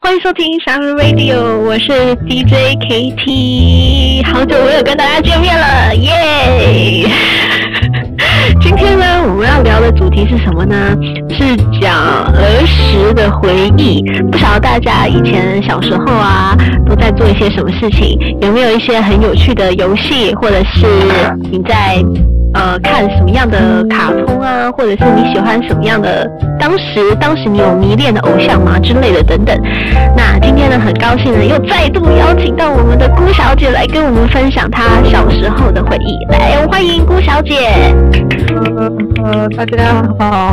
欢迎收听沙日 Radio， 我是 DJ KT， 好久没有跟大家见面了，耶！今天呢，我们要聊的主题是什么呢？是讲儿时的回忆。不晓得大家以前小时候啊，都在做一些什么事情？有没有一些很有趣的游戏，或者是你在看什么样的卡通啊，或者是你喜欢什么样的？当时你有迷恋的偶像吗？之类的等等。那今天呢，很高兴呢，又再度邀请到我们的辜小姐来跟我们分享她小时候的回忆。来，我们欢迎辜小姐。 大家好。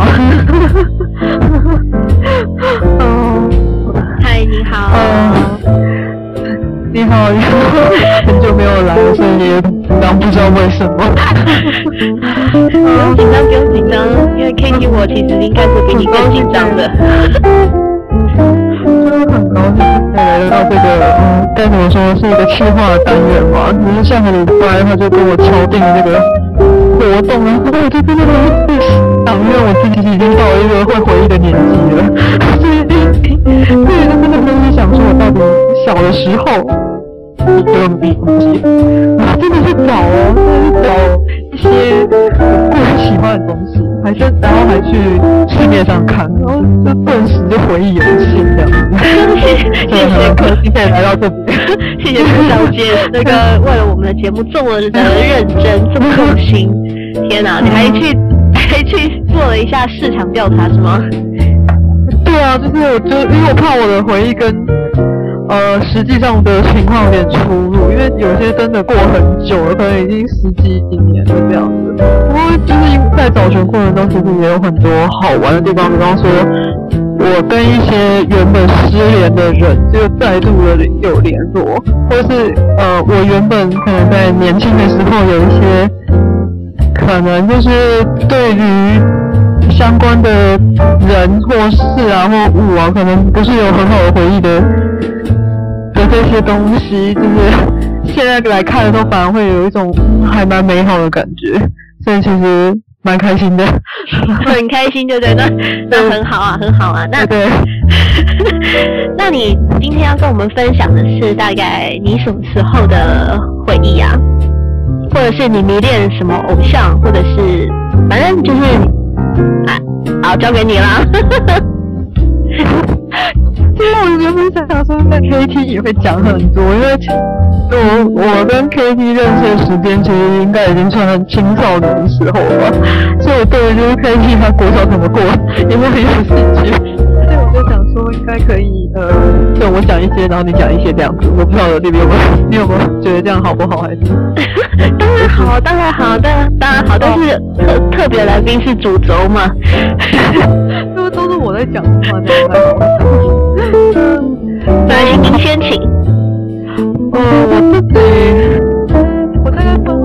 嗨，你好。 你好，很久没有来了，所以也紧张，不知道为什么。 不用紧张，不用紧张，因为 KT 我其实应该会比你更紧张的。 就是很高兴来到这个，该怎么说是一个企划的单元嘛。只是上个礼拜他就跟我敲定这个活动，然后我就真的很想，因为我自己已经到了一个会回忆的年纪了，所以真的想说，我到底小的时候有没有东西？我真的是找一些我个人喜欢的东西，然后还去市面上看，然后就顿时就回忆涌现这样子。 谢谢可惜可以来到这边， 谢谢辜小姐，那个为了我们的节目这么的认真，这么用心，天哪，你还去做了一下市场调查是吗？ 对啊，就是因为我怕我的回忆跟实际上的情况有点出入，因为有些真的过很久了，可能已经十几年了这样子。不过就是在找寻过程中，其实也有很多好玩的地方，比方说，我跟一些原本失联的人就再度的有联络，或是我原本可能在年轻的时候有一些，可能就是对于相关的人或事啊或物啊，可能不是有很好的回忆的这些东西，就是现在来看的时候，反而会有一种还蛮美好的感觉，所以其实蛮开心的。 很开心，对不对？那很好啊，很好啊。那对。 那你今天要跟我们分享的是大概你什么时候的回忆啊？或者是你迷恋什么偶像，或者是反正就是好，交给你啦。 其实我原本想说，那 KT 也会讲很多，因为我跟 KT 认识的时间其实应该已经算很青少年的时候了吧，所以我对于就是 KT 他国小怎么过也会很有兴趣，所以我就想说应该可以对我讲一些，然后你讲一些这样子。我不知道你有没有觉得这样好不好？还是当然好，当然好，但是特别来宾是主轴嘛， 都是我在讲话，这样还好。 那请您先请。 我大概分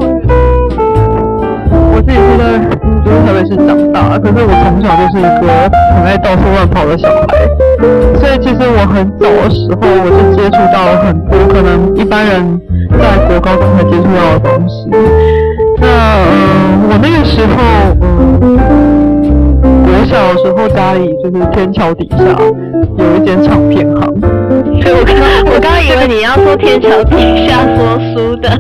我自己是在就是台北市长大，可是我从小就是一个很爱到处乱跑的小孩，所以其实我很早的时候我就接触到了很多可能一般人在国高中才接触到的东西。那我那个时候国小的时候家里就是天桥底下有一间唱片行， 所以我刚刚以为你要说天桥底下说书的，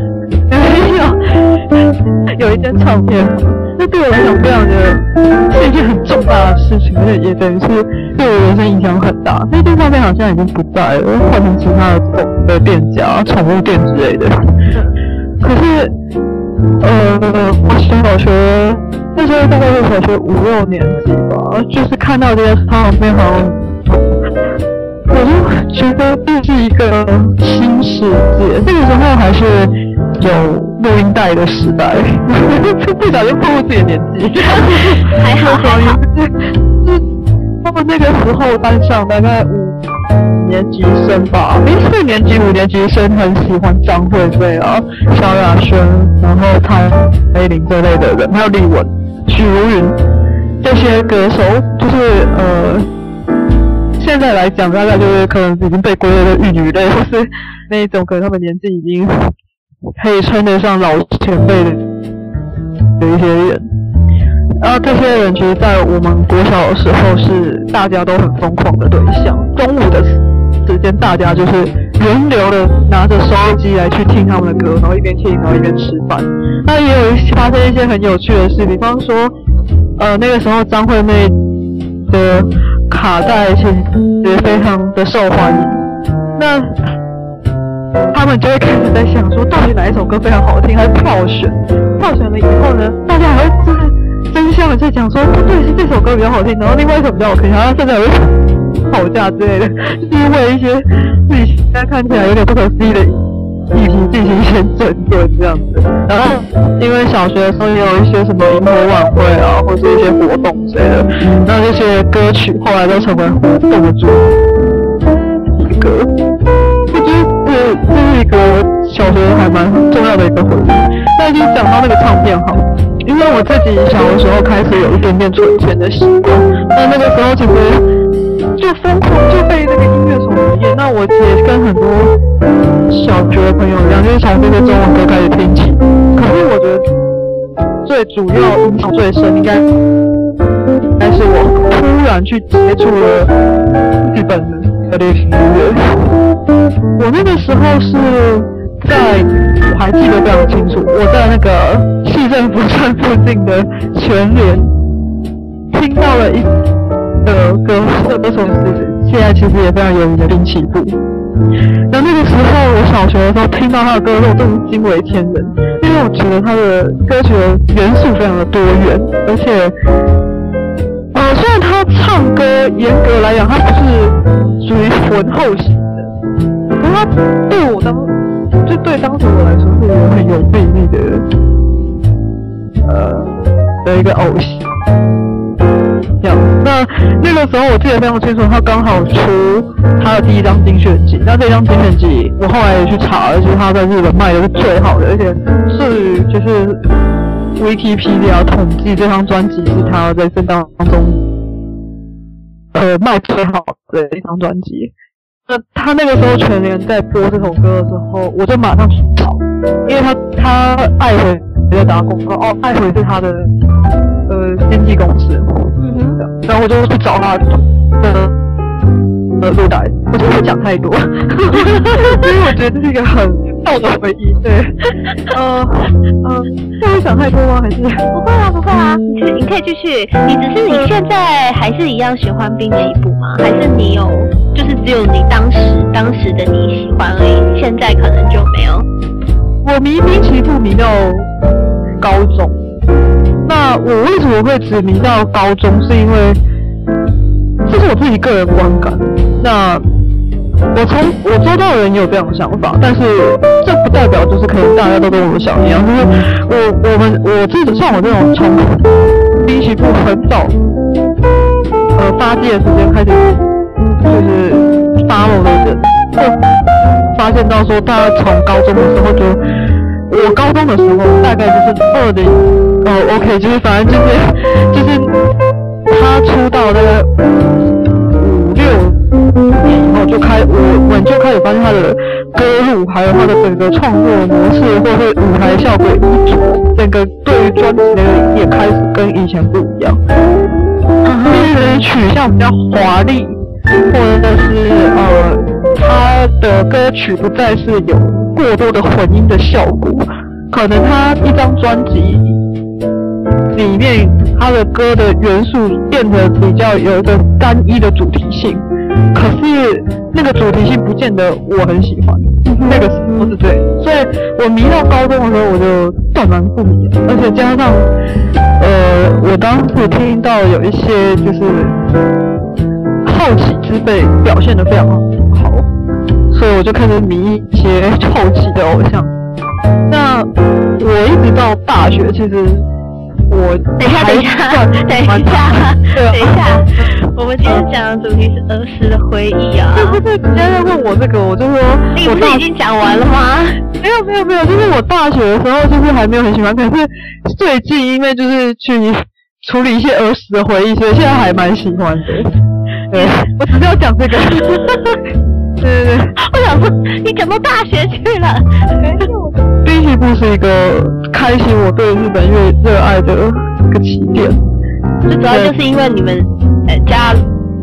有一间唱片行，那对我来讲非常的是一件很重大的事情，而且也等于是对我人生影响很大。那间唱片行现在已经不在了，换成其他的店家、宠物店之类的。可是我小学那时候大概是小学5、6年级吧，就是看到这些唱片行，我就觉得这是一个新世界。那个时候还是有录音带的时代，不小心暴露自己的年纪。 还好。 他们那个时候班上大概5年级生吧，4年级、5年级生很喜欢张惠妹啊、萧亚轩，然后蔡依林这类的人，还有李玟、许茹芸这些歌手，就是现在来讲大概就是可能已经被归类的玉女类，或是那一种可能他们年纪已经可以称得上老前辈的一些人。然后这些人其实在我们国小的时候是大家都很疯狂的对象。中午的时间大家就是轮流的拿着收音机来去听他们的歌，然后一边听然后一边吃饭。那也有发生一些很有趣的事，比方说那个时候张惠妹的卡带其实也非常的受欢迎，那他们就会开始在想说，到底哪一首歌非常好听，还是票选了以后呢，大家还会就是争相的在讲说，不对，是这首歌比较好听，然后另外一首比较好听，然后甚至还会吵架之类的，就是为一些自己现在看起来有点不可思议的议题进行一些争论这样子。然后因为小学的时候也有一些什么萤火晚会啊，或者一些活动之类的，那这些歌曲后来都成为活动的主题歌。这是一个小学还蛮重要的一个回忆。那已经讲到那个唱片行，因为我自己小的时候开始有一点点存钱的习惯，那个时候其实就疯狂就被那个音乐所迷恋。那我也跟很多小学的朋友一样，就是从这些中文歌开始听起。可是我觉得最主要影响最深应该是我突然去接触了日本的流行音乐。我那个时候是我还记得非常清楚，我在那个市政府站附近的全联听到了一个歌手是现在其实也非常有名的滨崎步。那个时候我小学的时候听到他的歌，我真的是惊为天人，因为我觉得他的歌曲的元素非常的多元，而且虽然他唱歌严格来讲他不是属于浑厚型的，可是他对当时我来说是一个很有魅力的一个偶像。这样，那个时候我记得非常清楚，他刚好出他的第一张精选集。那这张精选集我后来也去查了，就是他在日本卖的是最好的，而且是就是 Wikipedia 统计这张专辑是他在生当中卖最好的一张专辑。那他那个时候全联在播这首歌的时候，我就马上去找，因为他爱回在打广告哦，爱回是他的经纪公司，然后我就去找他的录带，我就不讲太多，因为我觉得这是一个很棒的回忆。对，会讲太多吗？还是不会啊，你可以继续。你现在还是一样喜欢滨崎步吗？还是你有就是只有你当时的你喜欢而已，现在可能就没有？ 我迷滨崎步迷到高中。那我为什么会只迷到高中？是因为这是我自己个人观感。那我周遭的人也有这样的想法，但是这不代表就是可能大家都跟我想一样。就是我自己像我这种从滨崎步很早发迹的时间开始就是follow的人，会发现到说大家从高中的时候我高中的时候大概就是OK， 就是反正就是他出道大概5、6年以后我们就开始发现他的歌路，还有他的整个创作模式，或是舞台效果衣着，整个对于专辑的也开始跟以前不一样，就是取向比较华丽，或者是他的歌曲不再是有过多的混音的效果，可能他一张专辑里面他的歌的元素变得比较有一个单一的主题性，可是那个主题性不见得我很喜欢，那个时候是对，所以我迷到高中的时候我就断然不迷了，而且加上我当时听到有一些就是后起之辈表现得非常好，所以我就开始迷一些后起的偶像。那我一直到大学，其实我等一下，我们今天讲的主题是儿时的回忆啊。 对，你现在问我这个，我就说， 你不是已经讲完了吗？ 没有，就是我大学的时候就是还没有很喜欢，可是最近因为就是去处理一些儿时的回忆，所以现在还蛮喜欢的。对，我只是要讲这个。对， 我想说你讲到大学去了。 滨崎步是一个开启我对日本乐热爱的一个起点。 最主要就是因为你们家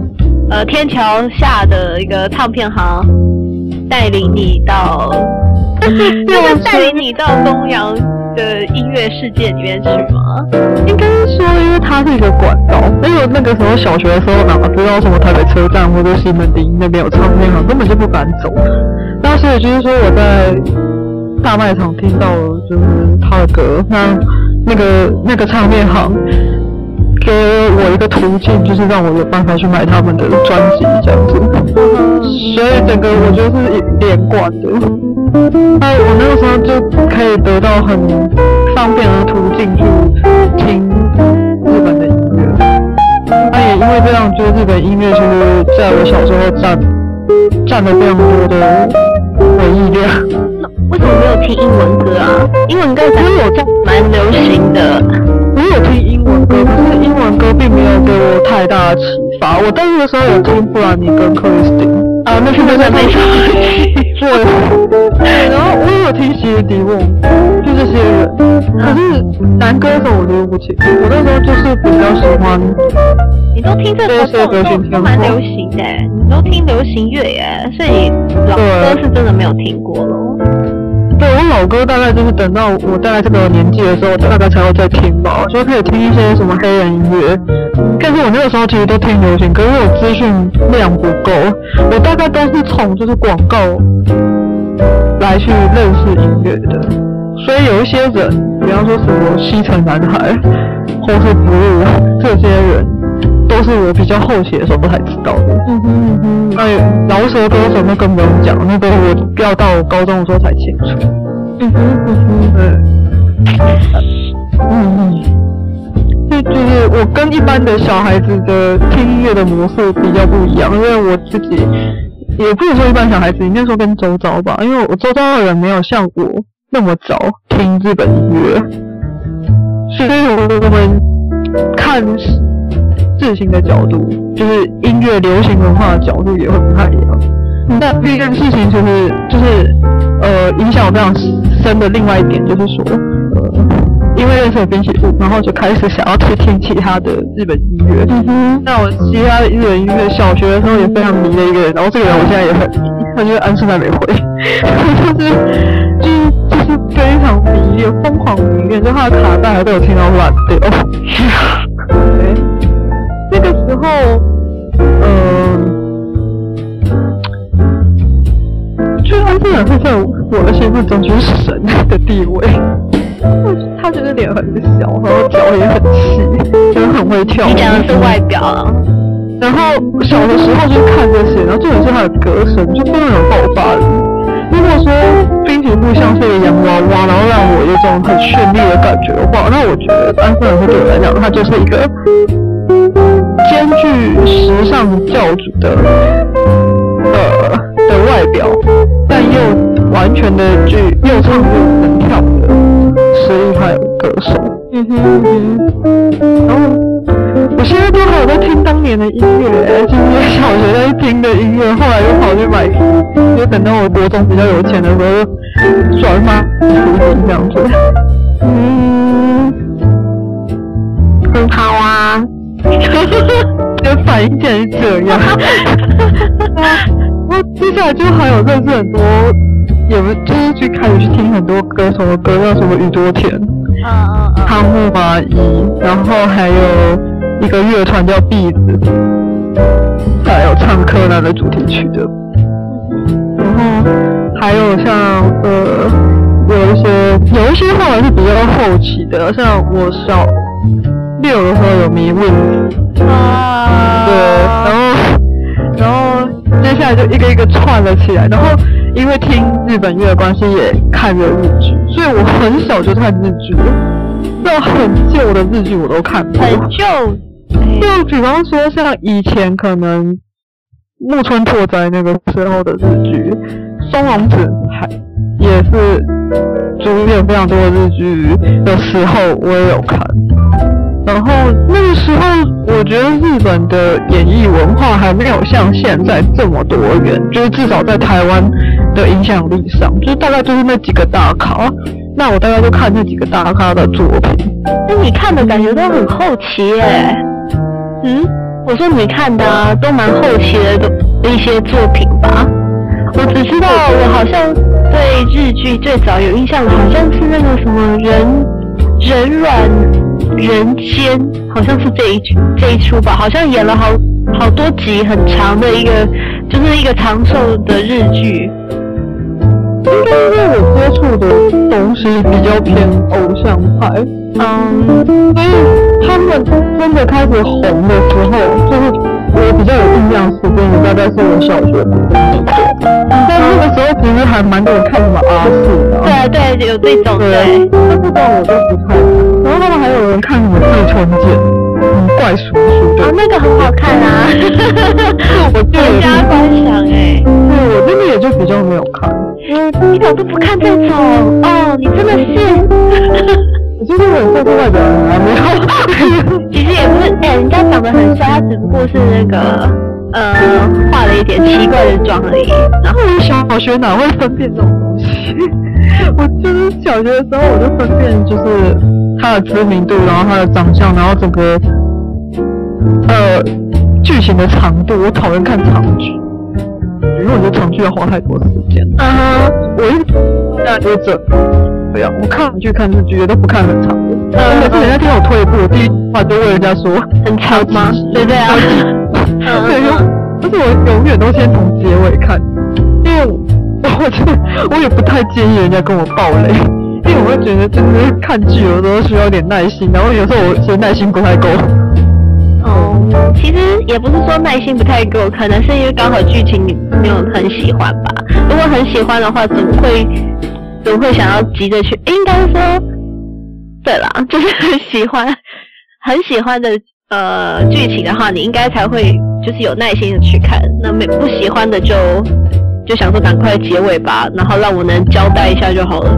天桥下的一个唱片行带领你到，带领你到东洋的音乐世界里面去吗？ 应该是说，因为它是一个管道，因为那个时候小学的时候哪知道什么台北车站或者西门町那边有唱片行，根本就不敢走。那所以就是说我在大卖场听到就是他的歌，那个唱片行给我一个途径，就是让我有办法去买他们的专辑这样子，所以整个我觉得是连贯的。我那个时候就可以得到很方便的途径去听日本的音乐。那也因为这样，就是日本音乐其实在我小时候占了非常多的回忆量。 为什么没有听英文歌啊？英文歌才有这样蛮流行的。 我有听英文歌，可是英文歌并没有给我太大的启发。我那个时候有听布兰妮跟克里斯汀啊，那是真的没什么。对，然后我也有听席尔迪翁，就这些人。可是男歌手我就不清楚。我那时候就是比较喜欢。 你都听这些流行都蛮流行的，你都听流行乐耶，所以老歌是真的没有听过咯。 对，我老歌大概就是等到我大概这个年纪的时候，大概才会再听吧，就可以听一些什么黑人音乐。但是我那个时候其实都听流行歌，因为我资讯量不够，我大概都是从就是广告来去认识音乐的。所以有一些人，比方说什么西城男孩或是 Blue 这些人，都是我比较后期的时候才知道的。饶舌歌手那更不用讲，那个我要到高中的时候才清楚。就是我跟一般的小孩子的听音乐的模式比较不一样，因为我自己也不能说一般小孩子，应该说跟周遭吧，因为我周遭的人没有像我那么早听日本音乐，所以我们看事情的角度，就是音乐流行文化的角度也会不太一样。但这件事情就是影响我非常深的另外一点就是说，因为认识了滨崎步，然后就开始想要去听其他的日本音乐。那我其他的日本音乐，小学的时候也非常迷的一个人，然后这个人我现在也很迷，他就是安室奈美惠，就是非常迷恋，疯狂迷恋，就他的卡带还被我听到乱掉。对，那个时候，就是安室奈美惠在我的心目中就是神的地位。他就是脸很小，然后脚也很细，就是很会跳舞。 你讲的是外表啊。 然后小的时候就看这些，然后重点是他的歌声就非常有爆发力。如果说滨崎步像是一个洋娃娃，然后让我有种很绚丽的感觉的话，那我觉得安室奈美惠对我来讲，他就是一个兼具时尚教主的外表，但又完全的又唱又能跳的实力派歌手。然后我现在都还有在听当年的音乐，就是小学在听的音乐，后来又跑去买，就等到我国中比较有钱的时候，转发CD这样子。很好啊，就反应竟然是这样。然后接下来就还有认识很多，就是去开始去听很多歌手的歌，像什么宇多田、汤木麻衣，然后还有一个乐团叫篦子，还有唱柯南的主题曲的，然后还有像有一些后来是比较后期的，像我小6的时候有迷 Wings， 对，然后接下来就一个一个串了起来，然后因为听日本乐的关系也看了日剧，所以我很小就看日剧了，那很旧的日剧我都看过。 很旧， 就比方说像以前可能木村拓哉那个时候的日剧，松隆子也是主演非常多的日剧的时候我也有看。然后那个时候，我觉得日本的演艺文化还没有像现在这么多元，就是至少在台湾的影响力上，就是大概就是那几个大咖。那我大概就看那几个大咖的作品。 那你看的感觉都很后期耶。 我说你看的啊，都蛮后期的一些作品吧。我只知道我好像对日剧最早有印象的，好像是那个什么人软人间，好像是这一出吧，好像演了好多集很长的一个，就是一个长寿的日剧。 应该因为我接触的东西比较偏偶像派，所以他们真的开始红的时候，就是我比较有印象时间也大概是我小学部的时候。但那个时候其实还蛮多人看什么阿四的， 对啊对，有这种对， 但这种我就不太看。然后他们还有人看什么志村健，怪叔叔， 啊那个很好看啊， 我就人家观赏哎， 对我真的也就比较没有看。 你怎么都不看这种哦？你真的是， 我就是很会做外表的人，没有。 其实也不是，人家长得很帅，他只不过是那个化了一点奇怪的妆而已。然后小学哪会分辨这种东西？我就是小学的时候我就分辨，就是他的知名度，然后他的长相，然后整个剧情的长度，我讨厌看长剧。因为我觉得长剧要花太多时间。我一直接着这样，我看剧看日剧都不看很长的。每次人家听我退步，我第一话就问人家说很长吗？对对啊。 对，但是我永远都先从结尾看，因为我也不太建议人家跟我爆雷，因为我会觉得就是看剧有时候需要点耐心，然后有时候我其实耐心不太够。 其实也不是说耐心不太够，可能是因为刚好剧情你没有很喜欢吧。如果很喜欢的话，怎么会想要急着去？应该说，对啦，就是很喜欢的剧情的话，你应该才会就是有耐心的去看。那不喜欢的就想说赶快结尾吧，然后让我能交代一下就好了。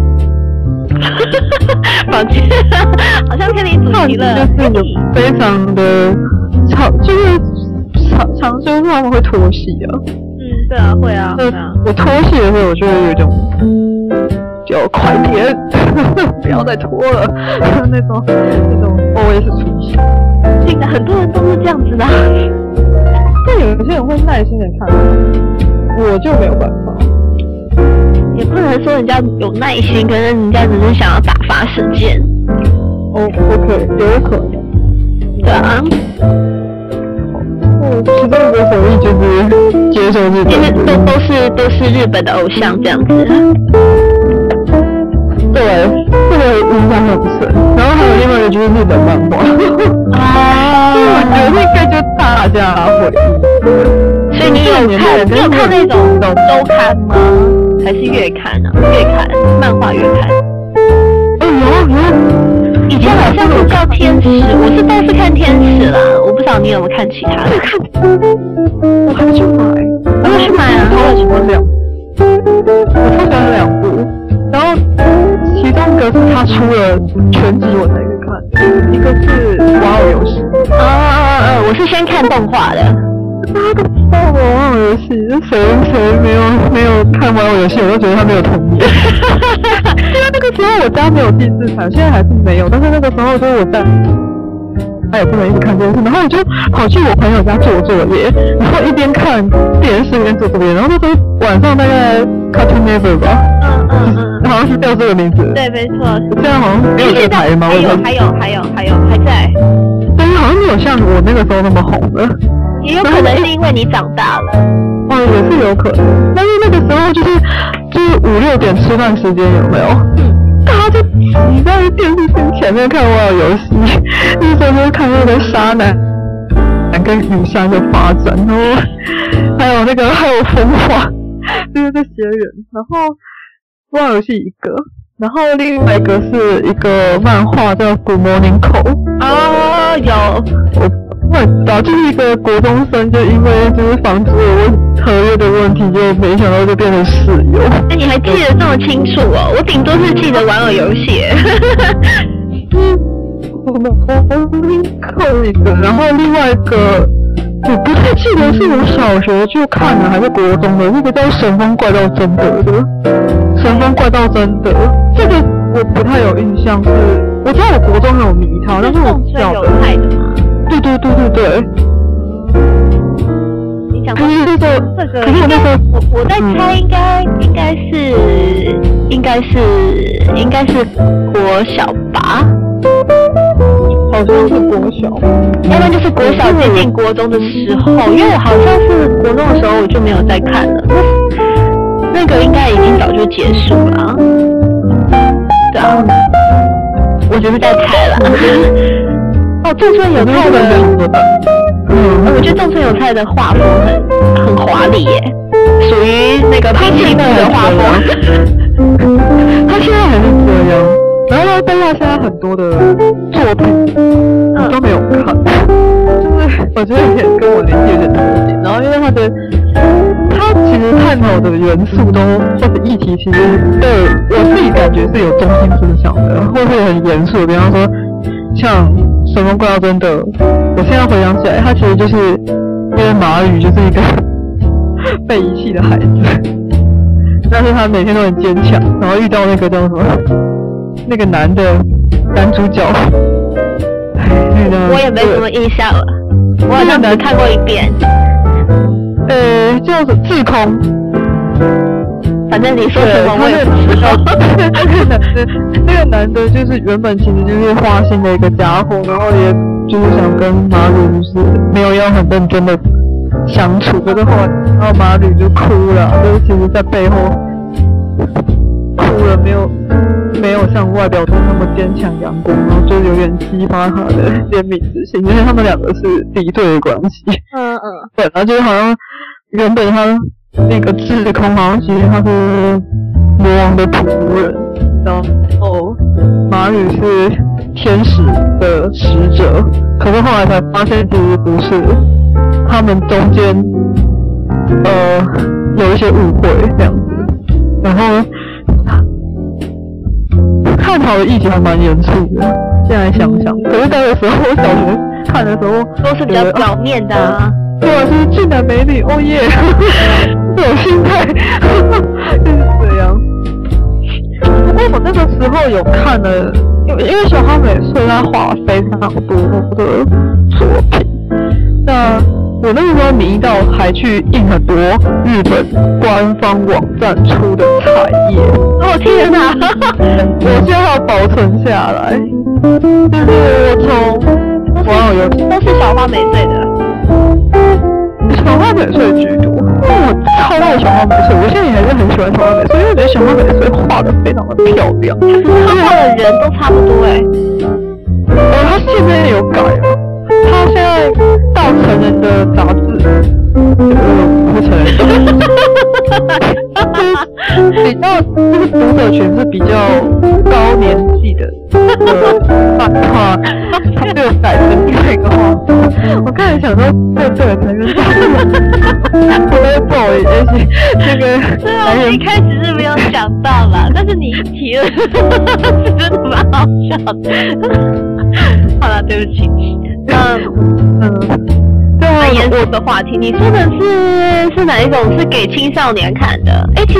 抱歉，好像偏离主题了。 就是非常的就是长袖他们会拖戏啊。 对啊，会啊。 我拖戏的时候，我就会有一种就快点，不要再拖了，那种 OS 出现。 现在很多人都是这样子的。 但有些人会耐心的看，我就没有办法。 也不能说人家有耐心，可是人家只是想要打发时间。 OK， 有可能。 对啊。 其中一个手艺就是接受日本， 因为都是日本的偶像这样子。 对，这个印象很深。然后还有另外一个就是日本漫画。我觉得应该就大家回忆。 所以你有看那种周刊吗？还是月刊啊？月刊，漫画月刊。 有。 以前好像是叫天使，我都是看天使啦，我不知道你有没有看其他的。 我还去买， 我要去买啊！ 我超喜欢2部，然后其中一个是他出了全集我才去看，一个是玩偶游戏。 我是先看动画的。 玩偶游戏，谁没有看玩偶游戏，我都觉得他没有童年。因为那个时候我家没有第4台，现在还是没有，但是那个时候就是我在，他也不能一直看电视，然后我就跑去我朋友家做作业，然后一边看电视一边做作业，然后那时候晚上大概 Cartoon Network 吧，好像是叫这个名字。 对，没错。 现在好像没有这台吗？ 还有还在。 但是好像没有像我那个时候那么红了。 也有可能是因为你长大了。 也是有可能。但是那个时候就是5、6点吃饭时间有没有？大家就挤在电视机前面看玩偶游戏，那时候就看那个沙男跟雨山的发展，然后还有风化，就是这些人。然后玩偶游戏一个，然后另外一个是一个漫画叫《Good Morning Call》。有。我知道，就是一个国中生，就因为就是房租合约的问题，就没想到就变成室友。 你还记得这么清楚哦？我顶多是记得玩偶游戏。 我扣一个，然后另外一个我不太记得是我小学就看了还是国中的，那个叫《神风怪盗贞德》的。神风怪盗贞德，这个我不太有印象，我知道我国中有迷他，但是我不晓得。 派的吗？ 对， 你讲到可是那时候， 这个， 可是我那时候， 我在猜应该是国小吧， 好像是国小， 要不然就是国小接近国中的时候，因为我好像是国中的时候我就没有再看了，那个应该已经早就结束了，对啊，我就是在猜啦。哦，仲村有菜的，我觉得仲村有菜的画风很华丽耶，属于那个滨崎步的画风。 他现在还是这样，然后但他现在很多的作品我都没有看，就是我觉得有点跟我年纪有点脱节。然后因为他其实探讨的元素都或者议题，其实对我自己感觉是有中心思想的，或是很严肃。比方说像《神风怪盗真的》，我现在回想起来，他其实就是因为马宇就是一个被遗弃的孩子，但是他每天都很坚强，然后遇到那个叫什么那个男主角， 我也没什么印象了，我好像只看过一遍。 叫做自空， 反正你说什么我也不知道。 那个男的就是原本其实就是花心的一个家伙，然后也就是想跟马吕就是没有要很认真的相处，可是后来然后马吕就哭了，就是其实在背后哭了，没有像外表中那么坚强阳光，然后就有点激发他的怜悯之心，因为他们两个是敌对的关系。对，然后就是好像原本他那个智空好像其实他是魔王的仆人，然后马吕是天使的使者，可是后来才发现其实不是，他们中间有一些误会这样子，然后探讨的议题还蛮严肃的，现在想想，可是那个时候我小学看的时候都是比较表面的啊。 对啊，就是俊男美女，哦耶，这种心态就是这样。不过我那个时候有看了，因为小花美穗她画了非常多的作品，那我那个时候迷到还去印很多日本官方网站出的彩页。 哦天哪！ 我现在要保存下来，就是都是小花美穗的。 小花美穗居多，我超爱小花美穗，我现在也还是很喜欢小花美穗，因为我觉得小花美穗画的非常的漂亮， 就是他画的人都差不多他现在有改了，他现在到成人的杂志，不成人比较就是读者群是比较高年纪的漫画，他就改成另外一个画风。我刚才想说这个才是我在做那个。 对啊，我一开始是没有想到啦，但是你一提了，是真的蛮好笑的。好了，对不起。很严肃的话题，你说的是哪一种？是给青少年看的？其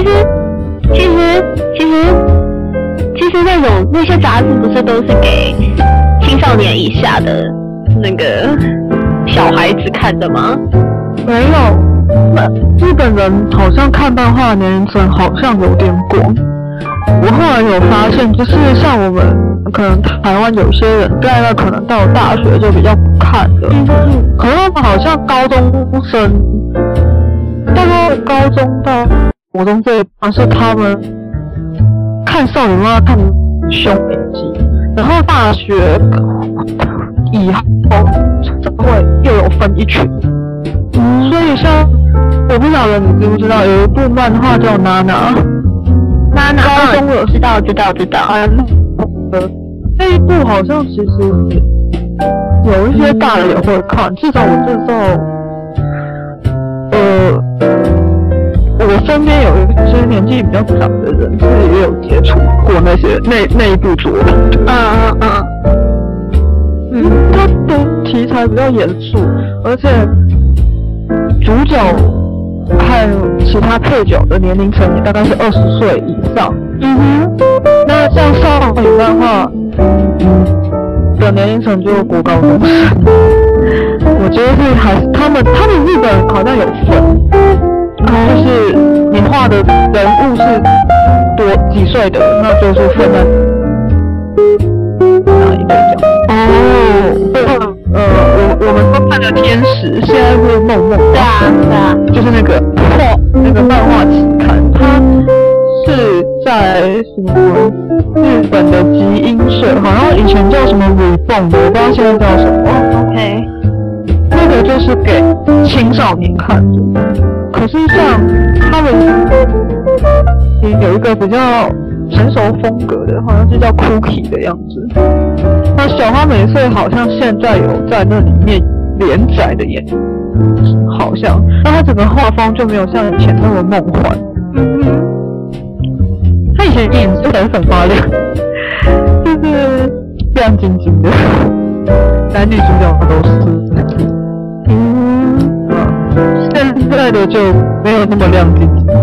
实那些杂志不是都是给青少年以下的那个小孩子看的吗？ 没有，日本人好像看漫画的年龄层好像有点广。我后来有发现，就是像我们可能台湾有些人大概可能到大学就比较不看的，可是他们好像高中生，大概高中到国中这一段是他们看少女漫画看凶年级，然后大学以后会又有分一群，所以像我不晓得你知不知道有一部漫画叫娜娜。高中了， 知道。 那一部好像其实有一些大人也会看，至少我知道，我身边有一些年纪比较长的人，是也有接触过那一部作品。它的题材比较严肃，而且主角还有其他配角的年龄层也大概是20岁以上。那像少女漫画的年龄层就是国高中生。 我觉得是还是他们日本好像有分，就是你画的人物是几岁的，那就是分在哪一个角。我们都看了天使，现在是梦梦。 对啊， 就是那个漫画期刊，它是在什么日本的集英社，好像以前叫什么Reborn的，我不知道现在叫什么。 OK， 那个就是给青少年看的。可是像他们有一个比较成熟风格的，好像是叫 Cookie 的样子。那小花美穗好像现在有在那里面连载的演，好像，那它整个画风就没有像以前那么梦幻。他以前眼睛很发亮，就是亮晶晶的，男女主角都是。现在的就没有那么亮晶晶。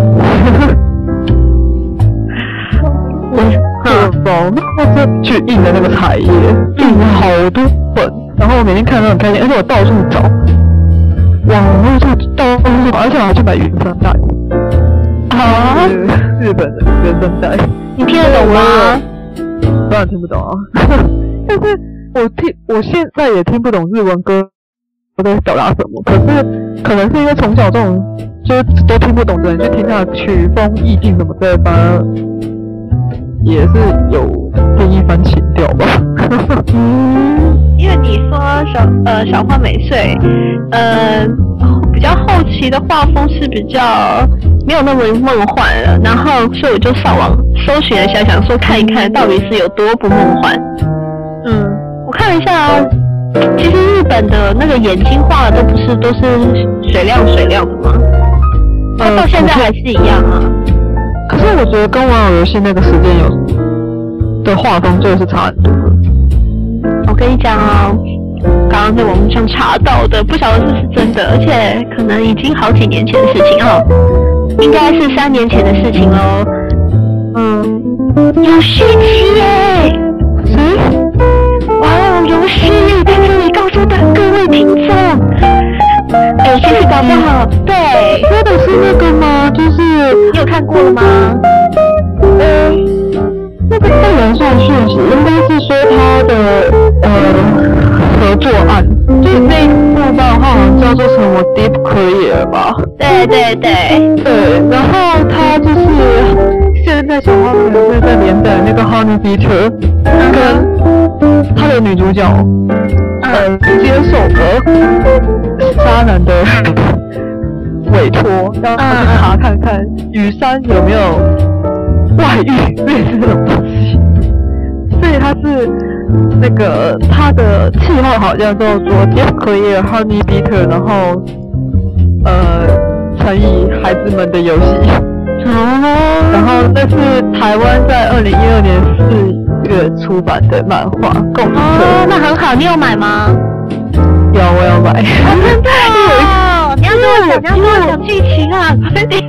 我就去印的那个彩页，印了好多本，然后我每天看都很开心，而且我到处找，网络上到处找，而且我还去买原声带。啊？日本的原声带， 你听得懂吗？ 当然听不懂啊，但是我现在也听不懂日文歌我在表达什么，可是可能是因为从小这种就都听不懂的人，就听它的曲风、意境什么之类，反而也是有另一番情调吧。 因为你说小花美穗，比较后期的画风是比较没有那么梦幻了，然后所以我就上网搜寻了一下，想说看一看到底是有多不梦幻。我看了一下哦，其实日本的那个眼睛画的都是水亮的吗？到现在还是一样啊。 可是我觉得跟玩偶游戏那个时间的画风就是差很多了。 我跟你讲哦，刚刚在网络上查到的，不晓得是不是真的，而且可能已经好几年前的事情哦，应该是3年前的事情喽。有续集耶！玩偶游戏在这里告诉各位听众，其实搞不好，对， 说的是那个吗？就是你有看过了吗？ 那个不能算续集，应该是说他的合作案，就是那一部漫画好像叫做什么 Deep Clear 吧？ 对， 然后他就是现在小花美穗在连载那个 Honey Bitter， 跟他的女主角接受了渣男的委托，要他去查看看羽山有没有外遇类似这种东西，所以他是那个他的企划好像叫做 Deep Clear Honey Bitter， 然后乘以孩子们的游戏。然后那是台湾在2012年4月出版的漫画，共识。 那很好，你有买吗？ 有，我要买。 真的哦！你要跟我讲剧情啊，快点！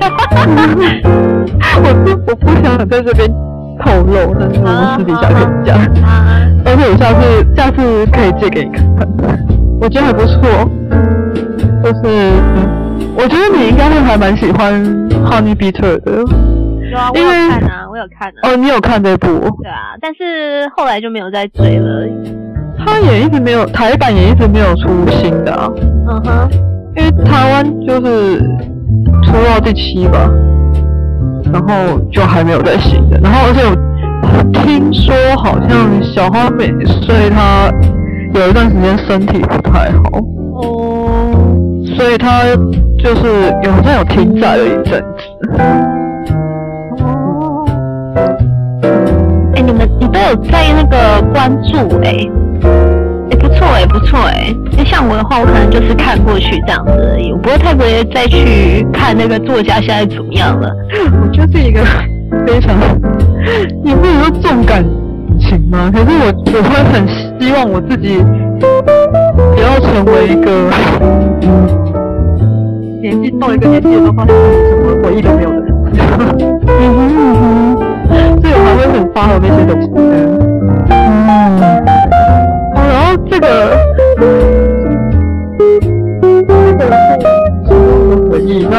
我不想在这边透露，但是我们私底下可以讲。而且我下次可以借给你看看，我觉得还不错。就是我觉得你应该会还蛮喜欢 Honey Bitter 的。 有啊，我有看啊。 哦，你有看这部？ 对啊，但是后来就没有再追了。 他也一直没有，台版也一直没有出新的啊。因为台湾就是出到第7吧，然后就还没有再新的。然后而且我听说好像小花美穗她有一段时间身体不太好。所以他就是好像有停载了一阵子。 你都有在那个关注不错因为像我的话，我可能就是看过去这样子而已，我不会特别再去看那个作家现在怎么样了。 我就是一个非常，也不能说重感情嘛，可是我会很希望我自己不要成为一个年纪到了一个年纪的时候，发现什么回忆都没有的人。所以我还会很发我那些东西。然后这个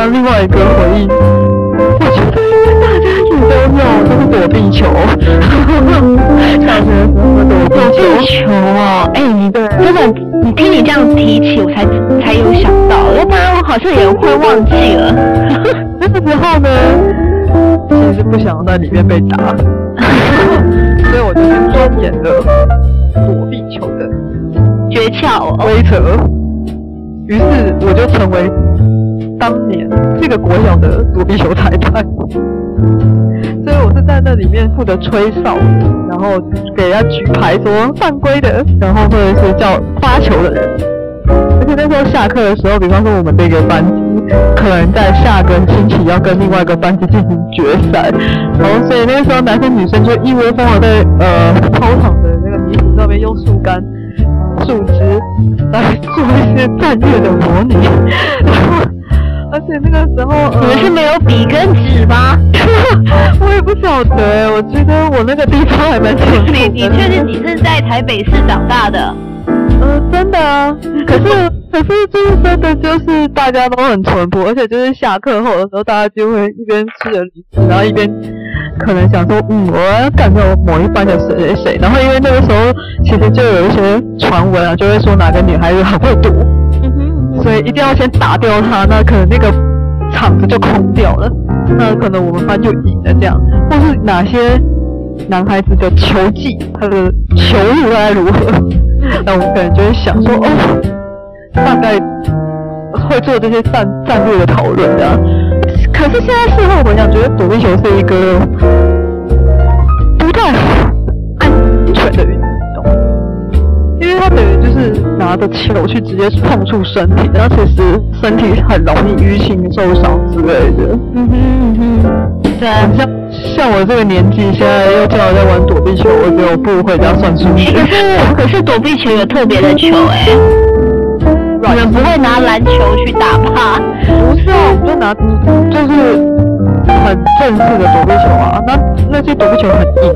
那另外一个回忆，我觉得应该大家也都有，就是躲避球。小学的时候躲避球哦，你真的，你听你这样提起，我才有想到，要不然我好像也会忘记了。 那个时候呢，其实不想在里面被打，所以我就去钻研了躲避球的诀窍规则。于是我就成为当年这个国小的躲避球裁判，所以我是在那里面负责吹哨，然后给人家举牌说犯规的，然后或者是叫发球的人。而且那时候下课的时候，比方说我们这个班级可能在下个星期要跟另外一个班级进行决赛，然后所以那个时候男生女生就一窝蜂的在操场的那个泥土上面用树干、树枝来做一些战略的模拟，然后而且那个时候你们是没有笔跟纸吗？ 我也不晓得，我觉得我那个地方还蛮淳朴的。 你确定你是在台北市长大的？ 真的啊，可是就是真的就是大家都很淳朴，而且就是下课后的时候，大家就会一边吃着零食，然后一边可能想说，我要干掉某一班的谁谁谁。然后因为那个时候其实就有一些传闻啊，就会说哪个女孩子很会躲，所以一定要先打掉她，那可能那个场子就空掉了，那可能我们班就赢了这样，或是哪些男孩子的球技，他的球路大概如何。那我们可能就会想说，大概会做这些战略的讨论这样。可是现在事后回想，觉得躲避球是一个不太安全的运动，因为它等于就是拿着球去直接碰触身体，然后其实身体很容易淤青受伤之类的。对啊，像我这个年纪，现在又叫我在玩躲避球，我觉得我不如回家算数学。 可是躲避球有特别的球你们不会拿篮球去打吧？ 不是啊，我们就拿就是很正式的躲避球啊，那些躲避球很硬，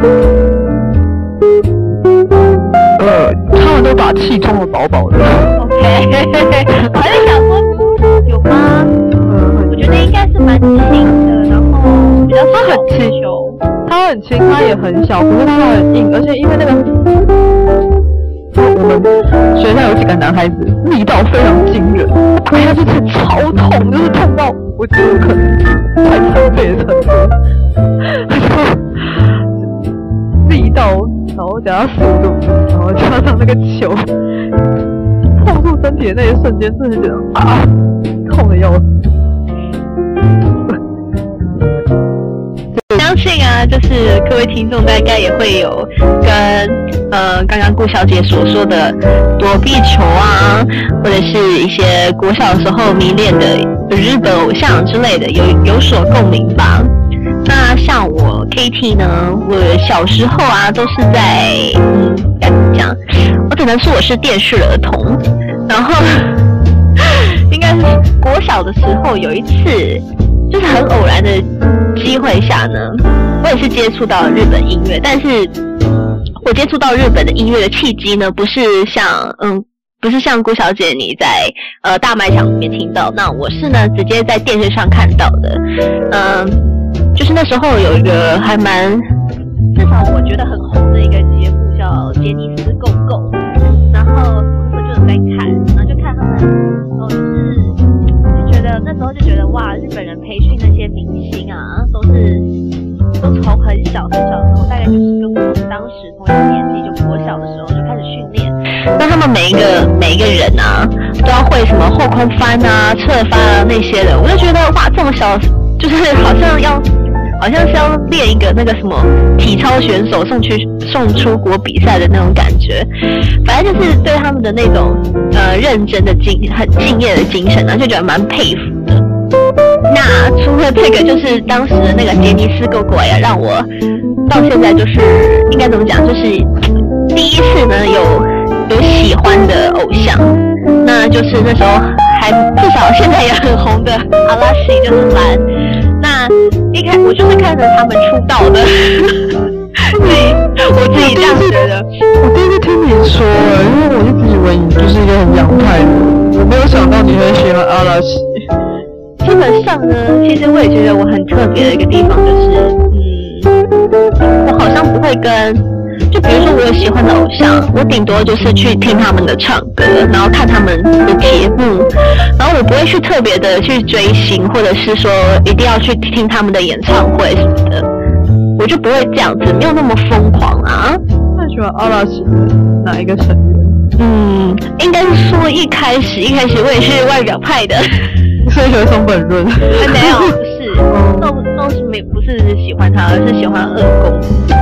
他们都把气冲得饱饱的。 OK， 我还在想说有吗？我觉得应该是蛮轻的，然后比较小的球。 它很轻，它也很小，可是它很硬，而且因为那个我们学校有几个男孩子力道非常惊人，打下去是超痛，就是痛到我觉得可能快残废的程度。他就力道，然后加上速度，然后加上那个球碰触身体的那一瞬间，真的觉得痛的要死。 相信啊，就是各位听众大概也会有跟刚刚顾小姐所说的躲避球啊，或者是一些国小的时候迷恋的日本偶像之类的有所共鸣吧。那像我 KT 呢，我小时候啊都是在该怎么讲，我只能说我是电视儿童，然后应该是国小的时候有一次。就是很偶然的机会下呢，我也是接触到日本音乐，但是我接触到日本的音乐的契机呢，不是像郭小姐你在大卖场里面听到，那我是呢直接在电视上看到的，就是那时候有一个还蛮至少我觉得很红的一个节目叫《杰尼斯够够》，然后我那时候就有在看，然后就看他们，那时候就觉得哇，日本人培训那些明星啊，都从很小的时候，大概就是跟我当时同一个年纪，就国小的时候就开始训练。那他们每一个人啊，都要会什么后空翻啊、侧翻啊那些的，我就觉得哇，这么小，就是好像是要练一个那个什么体操选手送出国比赛的那种感觉，反正就是对他们的那种认真的很敬业的精神啊，就觉得蛮佩服的。那除了这个，就是当时的那个杰尼斯够够呀，让我到现在就是应该怎么讲，就是第一次呢有喜欢的偶像，那就是那时候还至少现在也很红的阿拉西，就是蓝。那我就是看着他们出道的，我自己这样觉得。 我第一次听你说，因为我一直以为你就是一个很洋派的，我没有想到你很喜欢阿拉西。 基本上呢，其实我也觉得我很特别的一个地方就是，我好像不会跟，就比如说我有喜欢的偶像，我顶多就是去听他们的唱歌，然后看他们的节目，然后我不会去特别的去追星，或者是说一定要去听他们的演唱会什么的，我就不会这样子，没有那么疯狂啊。 那你喜欢阿拉西的哪一个成员？ 应该是说一开始我也是外表派的。 所以喜欢松本润？ 没有，不是，不是喜欢他，而是喜欢二宫。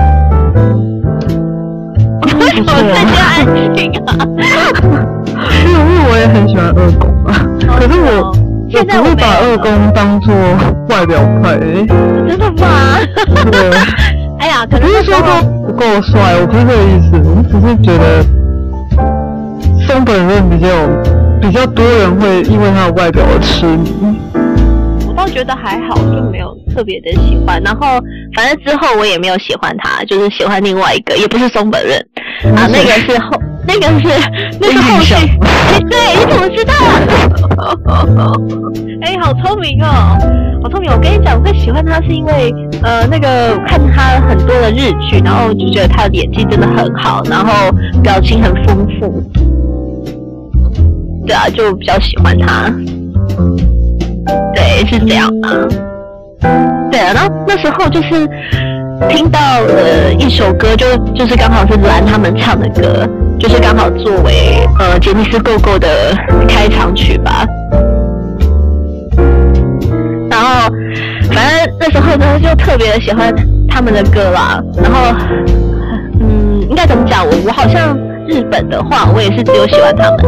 为什么大家安静啊？ 因为我也很喜欢二宫啊，可是我不会把二宫当作外表派。 真的吗？ 对。 哎呀，可能是说他不够帅，我不是这个意思，我只是觉得松本润比较多人会因为他的外表而痴迷。 我倒觉得还好，就没有特别的喜欢。然后反正之后我也没有喜欢他，就是喜欢另外一个，也不是松本润啊，那是后续。对，你怎么知道？好聪明哦，好聪明！我跟你讲，会喜欢他是因为那个看他很多的日剧，然后就觉得他的演技真的很好，然后表情很丰富。对啊，就比较喜欢他。对，是这样啊。对啊，然后那时候就是听到一首歌，就是刚好是蓝他们唱的歌，就是刚好作为杰尼斯 GO!GO 的开场曲吧。然后反正那时候呢，就特别的喜欢他们的歌啦。然后应该怎么讲？我好像日本的话，我也是只有喜欢他们。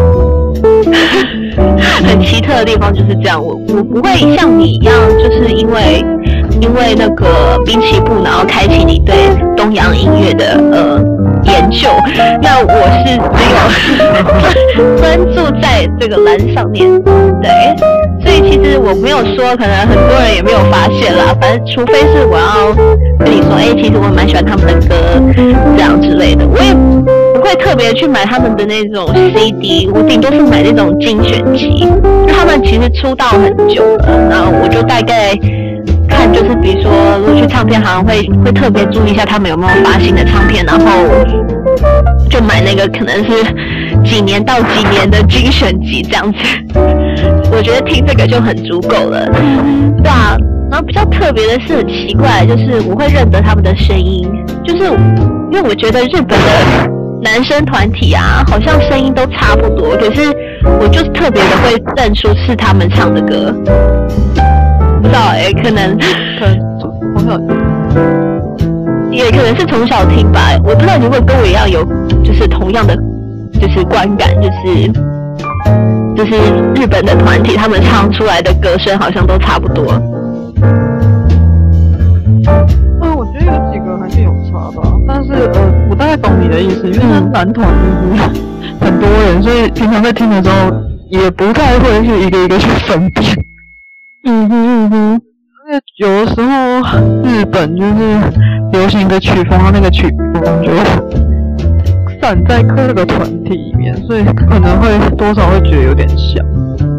很奇特的地方就是这样，我不会像你一样，就是因为那个滨崎步，然后开启你对东洋音乐的研究。那我是只有专注在这个蓝上面，对，所以其实我没有说，可能很多人也没有发现啦。反正除非是我要跟你说，其实我蛮喜欢他们的歌这样之类的，我也不会特别去买他们的那种 CD， 我顶多是买那种精选集，就他们其实出道很久了，然后我就大概看，就是比如说如果去唱片行会特别注意一下他们有没有发行的唱片，然后就买那个可能是几年到几年的精选集这样子，我觉得听这个就很足够了。对啊，然后比较特别的是很奇怪，就是我会认得他们的声音，就是因为我觉得日本的男生团体啊，好像声音都差不多，可是我就是特别的会认出是他们唱的歌。不知道可能从小也可能是从小听吧，我不知道你会跟我一样有就是同样的就是观感，就是日本的团体他们唱出来的歌声好像都差不多。 我觉得有几个还是有差吧，但是我大概懂你的意思，因为男团就是很多人，所以平常在听的时候也不太会去一个一个去分辨。而且有的时候日本就是流行的曲风，它那个曲风就散在各个团体里面，所以可能会多少会觉得有点像。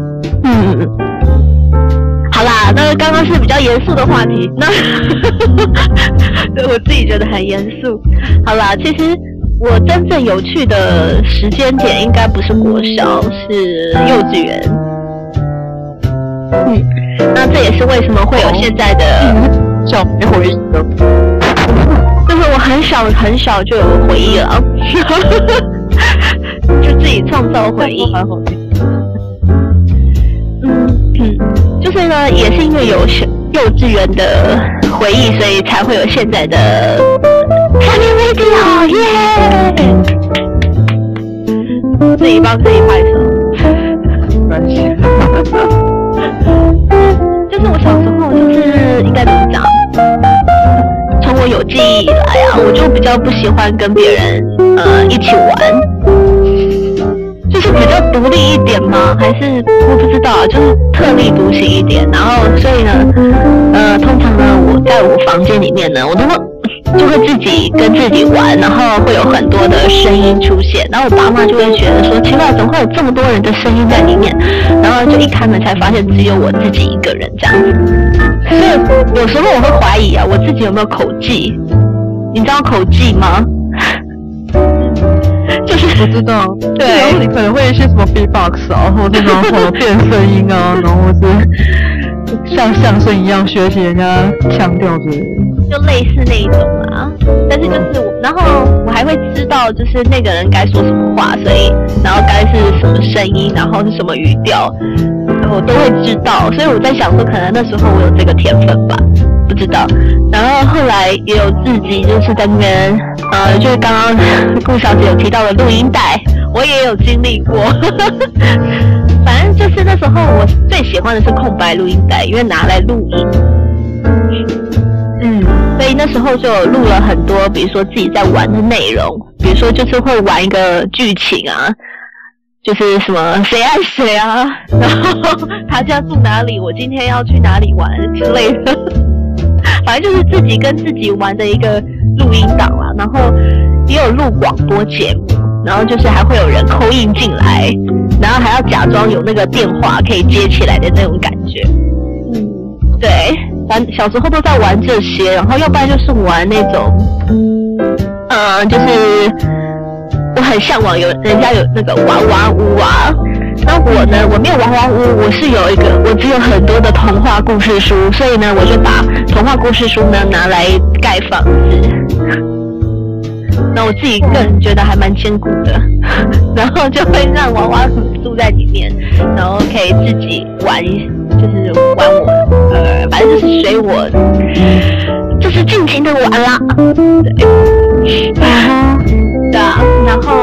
好啦，那刚刚是比较严肃的话题，那对我自己觉得很严肃。好啦，其实我真正有趣的时间点应该不是国小，是幼稚园。那这也是为什么会有现在的小没回忆的， 就是我很小就有回忆了，就自己创造回忆。就是呢，也是因为有幼稚园的回忆，所以才会有现在的 Sunny Radio 耶！自己帮自己拍手， 没关系。 就是我小时候，就是应该怎么讲？从我有记忆以来啊，我就比较不喜欢跟别人一起玩，就是比较独立一点吗？还是我不知道啊，就是特立独行一点。然后所以呢，通常呢，我在我房间里面呢，我都会就会自己跟自己玩，然后会有很多的声音出现，然后我爸妈就会觉得说奇怪，怎么会有这么多人的声音在里面？然后就一开门才发现只有我自己一个人这样子。所以有时候我会怀疑啊，我自己有没有口技？你知道口技吗？就是我知道， 对， 然后你可能会一些什么 B-box 啊，或者然后变声音啊，然后是像相声一样学习人家腔调之类的， 就类似那一种啦。但是就是我，然后我还会知道就是那个人该说什么话，所以然后该是什么声音，然后是什么语调，我都会知道。所以我在想说，可能那时候我有这个天分吧。不知道，然后后来也有自己就是在那边，就是刚刚顾小姐有提到的录音带，我也有经历过。反正就是那时候我最喜欢的是空白录音带，因为拿来录音。所以那时候就录了很多，比如说自己在玩的内容，比如说就是会玩一个剧情啊，就是什么谁爱谁啊，然后他家住哪里，我今天要去哪里玩之类的。反正就是自己跟自己玩的一个录音档啦，然后也有录广播节目，然后就是还会有人call in进来，然后还要假装有那个电话可以接起来的那种感觉。对，反正小时候都在玩这些，然后要不然就是玩那种，就是我很向往人家有那个娃娃屋啊。那我呢，我没有娃娃屋，我是有一个，我只有很多的童话故事书，所以呢，我就把童话故事书呢拿来盖房子。那我自己个人觉得还蛮坚固的，然后就会让娃娃住在里面，然后可以自己玩，就是玩我，反正就是随我，就是尽情的玩啦。对，对啊，然后，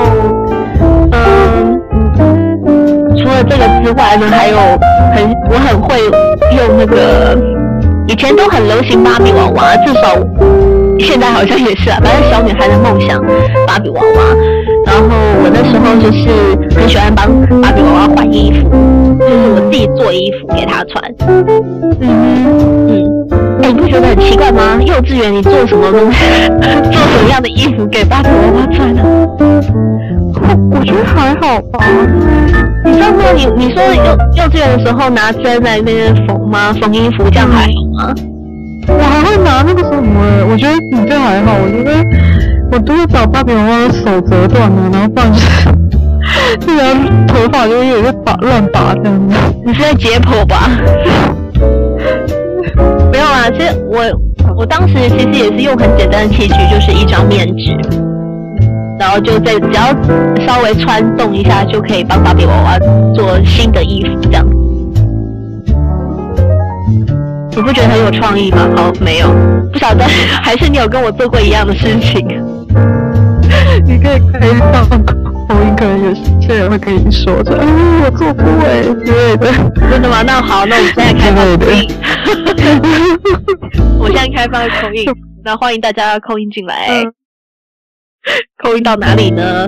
除了这个之外呢，还有我很会用那个，以前都很流行芭比娃娃，至少现在好像也是啊，反正小女孩的梦想芭比娃娃。然后我那时候就是很喜欢帮芭比娃娃换衣服，就是我自己做衣服给她穿。你不觉得很奇怪吗？幼稚园你做什么东西，做什么样的衣服给芭比娃娃穿呢？ 我觉得还好吧。 你知道吗？你说幼稚园的时候拿针在那边缝吗？缝衣服这样还好吗？ 我还会拿那个什么，我觉得你这还好。我觉得我都会把芭比娃娃的手折断了，然后不然就是然头发就有点乱拔这样子。 你是在解剖吧？没有啊，其实我当时其实也是用很简单的器具，就是一张面纸，然后就只要稍微穿动一下，就可以帮芭比娃娃做新的衣服这样。你不觉得很有创意吗？好，没有，不晓得，还是你有跟我做过一样的事情？ 你可以开放口音，可能有些人会跟你说着，我做过之类的。 真的吗？那好，那我们现在开放口音。我现在开放口音，那欢迎大家扣音进来。扣音到哪里呢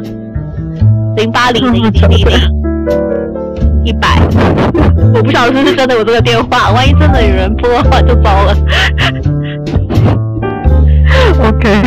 ？08001000。100，我不晓得是不是真的有这个电话，万一真的有人拨的话就糟了。 OK，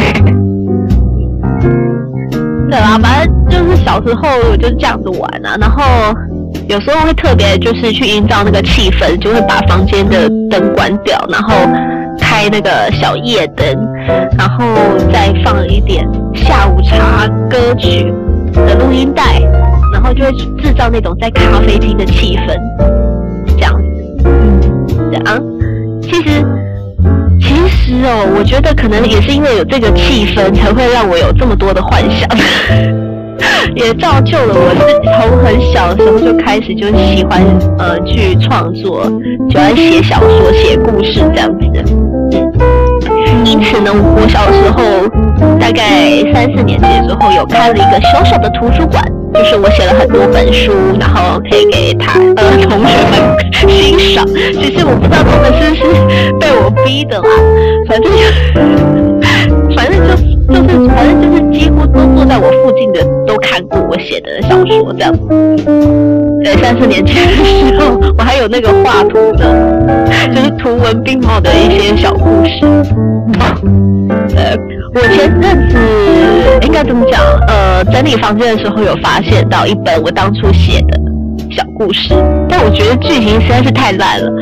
对啦，反正就是小时候就是这样子玩啊，然后有时候会特别就是去营造那个气氛，就会把房间的灯关掉，然后开那个小夜灯，然后再放一点下午茶歌曲的录音带。然后就会制造那种在咖啡厅的气氛，这样子。这样，其实哦，我觉得可能也是因为有这个气氛，才会让我有这么多的幻想，也造就了我是从很小的时候就开始就喜欢去创作，喜欢写小说、写故事这样子的。因此呢，我小时候大概3、4年级的时候，有开了一个小小的图书馆。就是我写了很多本书，然后可以给同学们欣赏。其实我不知道他们是不是被我逼的啦，反正就是几乎都坐在我附近的都看过我写的小说这样子。对，3、4年级的时候，我还有那个画图的，就是图文并茂的一些小故事。 我前阵子应该怎么讲？整理房间的时候有发现到一本我当初写的小故事，但我觉得剧情实在是太烂了，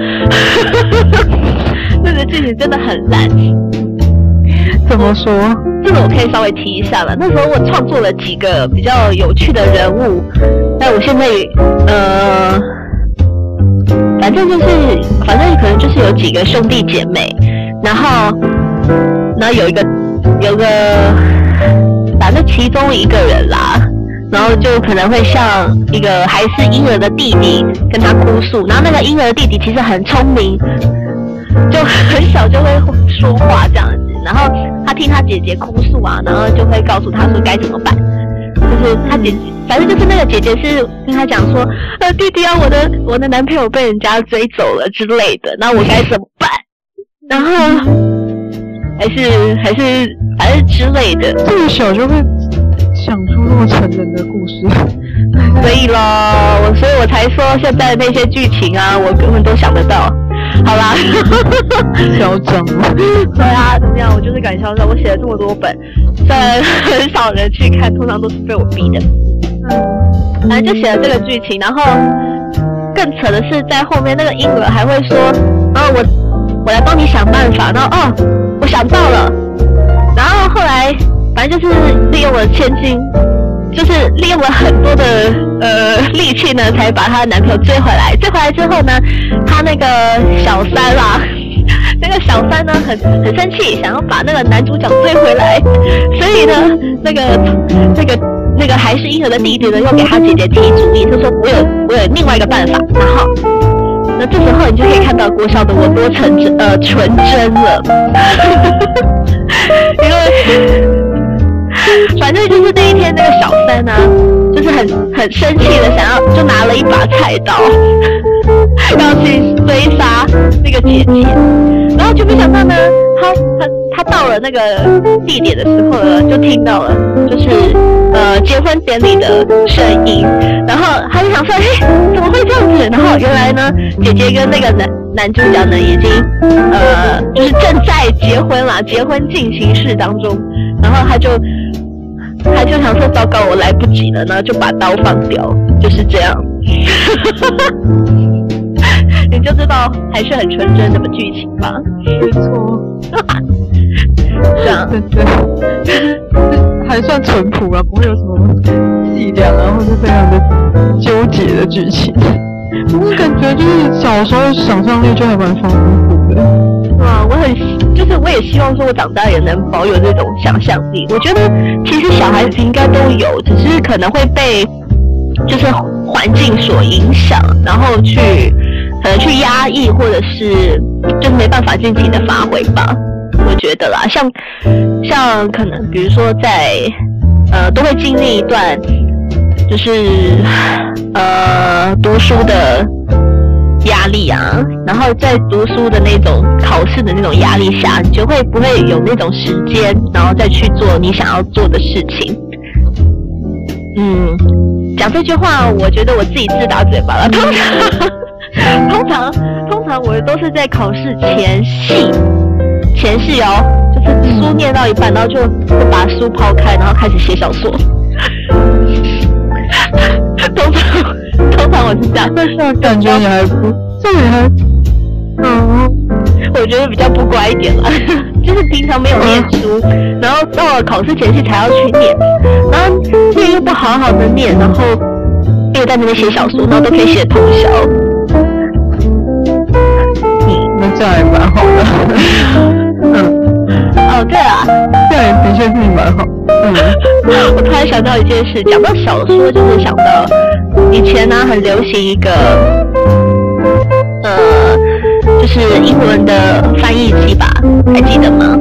那个剧情真的很烂。 怎么说？ 这个我可以稍微提一下了。那时候我创作了几个比较有趣的人物，但我现在反正可能就是有几个兄弟姐妹，然后有个，反正其中一个人啦，然后就可能会像一个还是婴儿的弟弟跟他哭诉，然后那个婴儿的弟弟其实很聪明，就很小就会说话这样子，然后他听他姐姐哭诉啊，然后就会告诉他说该怎么办，就是他姐姐，反正就是那个姐姐是跟他讲说，弟弟啊，我的男朋友被人家追走了之类的，那我该怎么办？然后还是反正之类的， 这么小就会想出那么成人的故事， 所以咯，所以我才说现在的那些剧情啊，我根本都想得到。好啦， 嚣张了。 对啊，怎么样？我就是敢嚣张。我写了这么多本，虽然很少人去看，通常都是被我逼的。反正就写了这个剧情，然后更扯的是，在后面那个婴儿还会说：“我来帮你想办法。”然后我想到了。然后后来反正就是利用了千金，就是利用了很多的力气呢，才把她的男朋友追回来。追回来之后呢，她那个小三啦，那个小三呢很生气，想要把那个男主角追回来，所以呢，那个还是婴儿的弟弟呢，又给他姐姐提主意，他说我有另外一个办法。然后，那这时候你就可以看到国小的我多纯真了，因为反正就是那一天那个小三啊，就是很生气的就拿了一把菜刀，要去追杀那个姐姐，然后就没想到呢，他到了那个地点的时候呢，就听到了就是结婚典礼的声音，然后他就想说，怎么会这样子？然后原来呢，姐姐跟那个男主角呢已经就是正在结婚进行式当中，然后他就想说糟糕，我来不及了，然后就把刀放掉，就是这样。你就知道还是很纯真的剧情吧？ 没错， 这样对，还算淳朴啊，不会有什么伎俩啊，或者非常的纠结的剧情。不过感觉就是小时候想象力就还蛮丰富的。 我也希望说我长大也能保有这种想象力。我觉得其实小孩子应该都有，只是可能会被就是环境所影响，然后可能去压抑，或者是就是没办法尽情的发挥吧。我觉得啦，像可能比如说在都会经历一段就是读书的压力啊，然后在读书的那种考试的那种压力下，你就会不会有那种时间，然后再去做你想要做的事情。讲这句话，我觉得我自己自打嘴巴了。通常我都是在考试前夕哦，就是书念到一半，然后就把书抛开，然后开始写小说。通常我是这样， 但是感觉你还不，这里还， 我觉得比较不乖一点啦，就是平常没有念书，然后到了考试前夕才要去念，然后念又不好好的念，然后又在那边写小说，然后都可以写通宵。 那这样也蛮好的。 对啊， 这样也的确是蛮好。 我突然想到一件事，讲到小说，就是想到以前呢很流行一个就是英文的翻译机吧，还记得吗？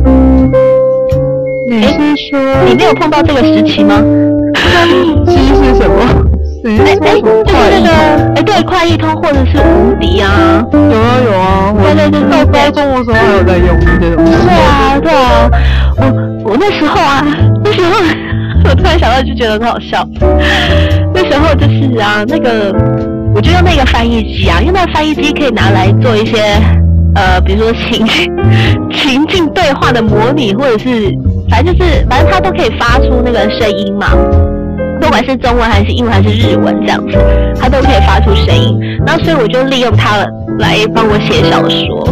你是说你没有碰到这个时期吗？ 机是什么？就是那个对，快译通或者是无敌啊。 有啊，我到高中的时候还有在用这些东西。 对啊，我那时候我突然想到就觉得很好笑。那时候就是啊，我就用那个翻译机啊，因为那个翻译机可以拿来做一些比如说情境对话的模拟，或者是反正它都可以发出那个声音嘛，不管是中文还是英文还是日文这样子，它都可以发出声音。然后所以我就利用它来帮我写小说。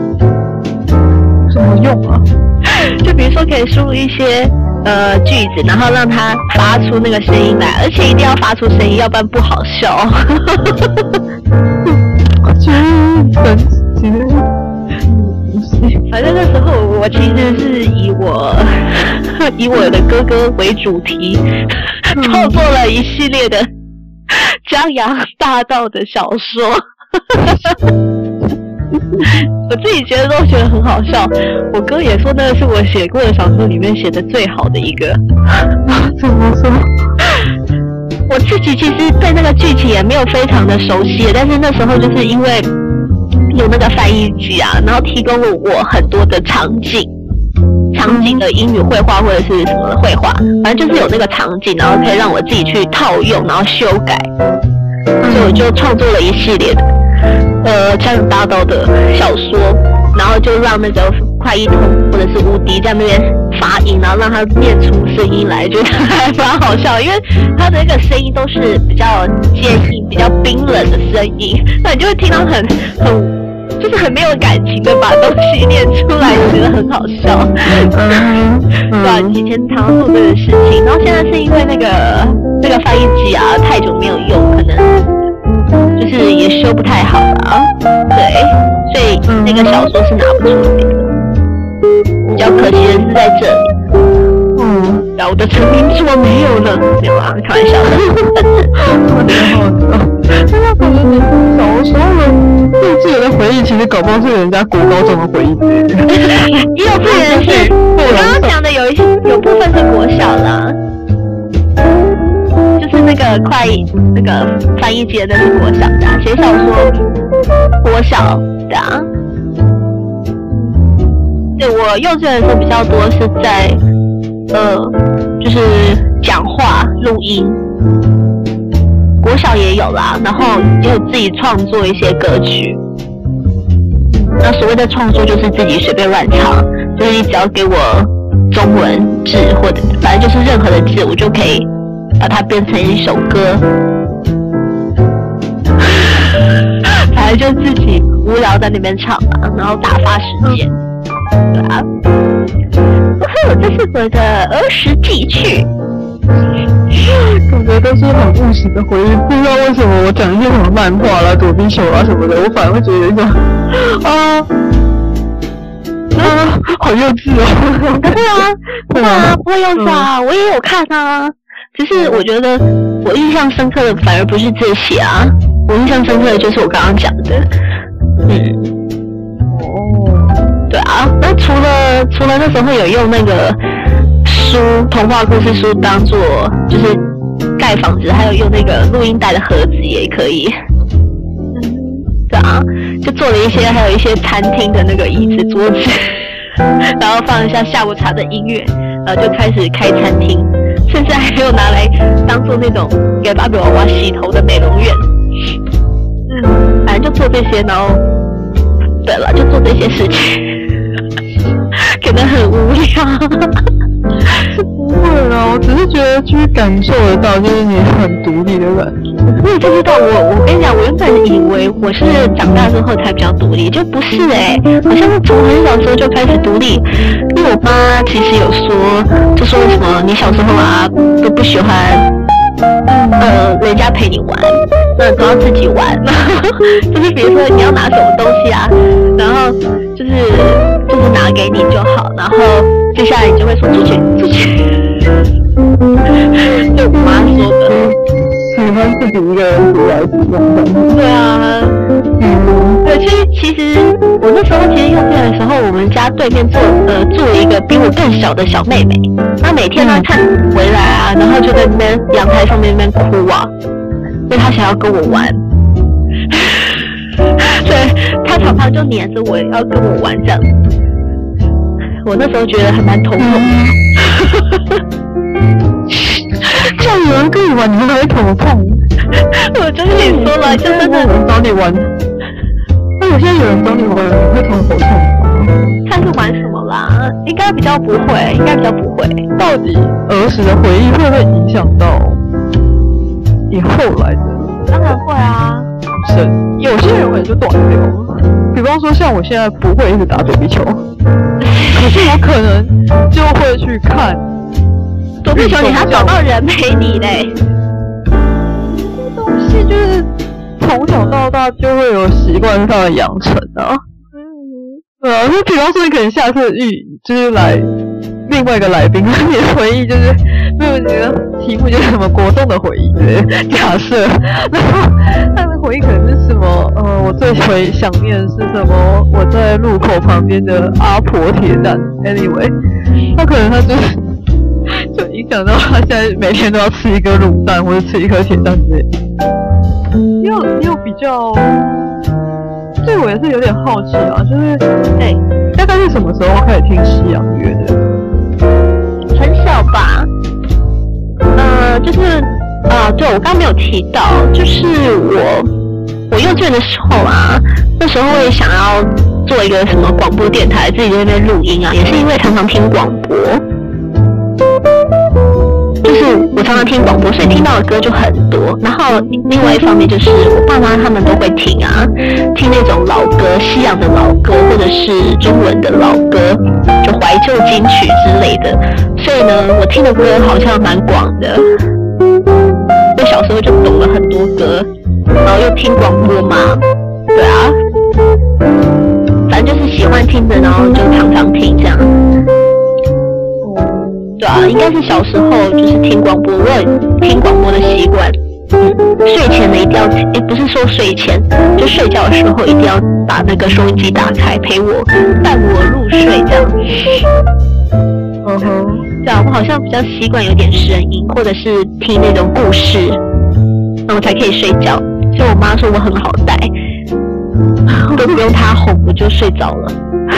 怎么用啊？ 就比如说可以输入一些句子，然后让它发出那个声音来，而且一定要发出声音，要不然不好笑。反正那时候我其实是以我的哥哥为主题，创作了一系列的江洋大盗的小说。我自己觉得很好笑，我哥也说那个是我写过的小说里面写的最好的一个。 怎么说？ 我自己其实对那个剧情也没有非常的熟悉，但是那时候就是因为有那个翻译机啊，然后提供了我很多的场景的英语绘画或者是什么的绘画，反正就是有那个场景，然后可以让我自己去套用，然后修改，所以我就创作了一系列的江洋大盗的小说，然后就让那个快一通或者是无敌在那边发音，然后让他念出声音来，觉得还蛮好笑，因为他的那个声音都是比较坚硬、比较冰冷的声音，那你就会听到就是很没有感情的把东西念出来，觉得很好笑。对啊，以前常做这个事情，然后现在是因为那个翻译机啊太久没有用，可能就是也修不太好了，对，所以那个小说是拿不出来的。比较可惜的是在这里。然后我的成名作没有了，没有啊，开玩笑的。 真的感觉你小时候的幼稚园的回忆，其实搞不好是人家国高中的回忆。 幼稚园是我刚刚讲的有部分是国小啦，就是那个翻译机的那是国小的啊，写小说国小的啊。对，我幼稚园的时候比较多是在就是讲话录音，国小也有啦，然后也有自己创作一些歌曲。那所谓的创作就是自己随便乱唱，就是你只要给我中文字或者反正就是任何的字，我就可以把它变成一首歌。反正就自己无聊在那边唱嘛，然后打发时间。对啊，这是我的儿时记趣， 感觉都是很务实的回忆。不知道为什么我讲一些什么漫画啦、躲避球啦什么的，我反而会觉得有一种好幼稚哦。 对啊，不会幼稚啊，我也有看啊。只是我觉得我印象深刻的反而不是这些啊，我印象深刻的就是我刚刚讲的，对啊，那除了那时候有用那个童话故事书当做就是盖房子，还有用那个录音带的盒子也可以。对啊，就做了一些，还有一些餐厅的那个椅子桌子，然后放一下下午茶的音乐，就开始开餐厅，甚至还有拿来当做那种给芭比娃娃洗头的美容院。反正就做这些，然后对了，就做这些事情。可能很无聊， 不会啦，我只是觉得去感受得到，就是你很独立的感觉。 我也不知道，我跟你讲，我原本以为我是长大之后才比较独立，就不是好像是从很小时候就开始独立。因为我妈其实有说，就说什么你小时候啊都不喜欢人家陪你玩，那都要自己玩，就是比如说你要拿什么东西啊，然后就是拿给你就好，然后接下来你就会说出去，就我妈说的， 喜欢自己一个人独来独往。 对啊，对，其实我那时候其实幼稚园的时候，我们家对面住了一个比我更小的小妹妹，她每天呢看回来啊，然后就在那边阳台上面那边哭啊，因为她想要跟我玩。对，她常常就黏着我，要跟我玩这样。我那时候觉得还蛮头痛的。 这样有人跟你玩，你会头痛？ 我就跟你说了，就真的有人找你玩。那有些有人找你玩，你会头痛吗？ 看是玩什么啦？应该比较不会，应该比较不会。 到底儿时的回忆会不会影响到你后来的？ 当然会啊。 有些人可能就断掉了。比方说，像我现在不会一直打躲避球，可是我可能就会去看躲避球，你还找到人陪你嘞。 这东西就是从小到大就会有习惯上的养成啊。对啊，就比方说你可能下次就是来另外一个来宾，你的回忆就是没有你的题目就是什么国中的回忆，对，假设，然后他的回忆可能是什么我最想念的是什么？我在路口旁边的阿婆铁蛋 ，anyway， 他可能就影响到他现在每天都要吃一个卤蛋或者吃一颗铁蛋之类的。你有比较？对我也是有点好奇啊，就是大概是什么时候开始听西洋乐的？ 很小吧，就是对我刚刚没有提到，就是我幼稚园的时候啊，那时候也想要做一个什么广播电台，自己在那边录音啊，也是因为常常听广播。就是我常常听广播，所以听到的歌就很多。然后另外一方面就是我爸妈他们都会听啊，听那种老歌，西洋的老歌，或者是中文的老歌，就怀旧金曲之类的。所以呢，我听的歌好像蛮广的。我小时候就懂了很多歌，然后又听广播嘛，对啊，反正就是喜欢听的，然后就常常听这样。对啊，应该是小时候就是听广播，我有听广播的习惯。睡前呢一定要，不是说睡前，就睡觉的时候一定要把那个收音机打开，伴我入睡这样。对啊，我好像比较习惯有点声音，或者是听那种故事，然后才可以睡觉。所以我妈说我很好带，都不用她哄我就睡着了。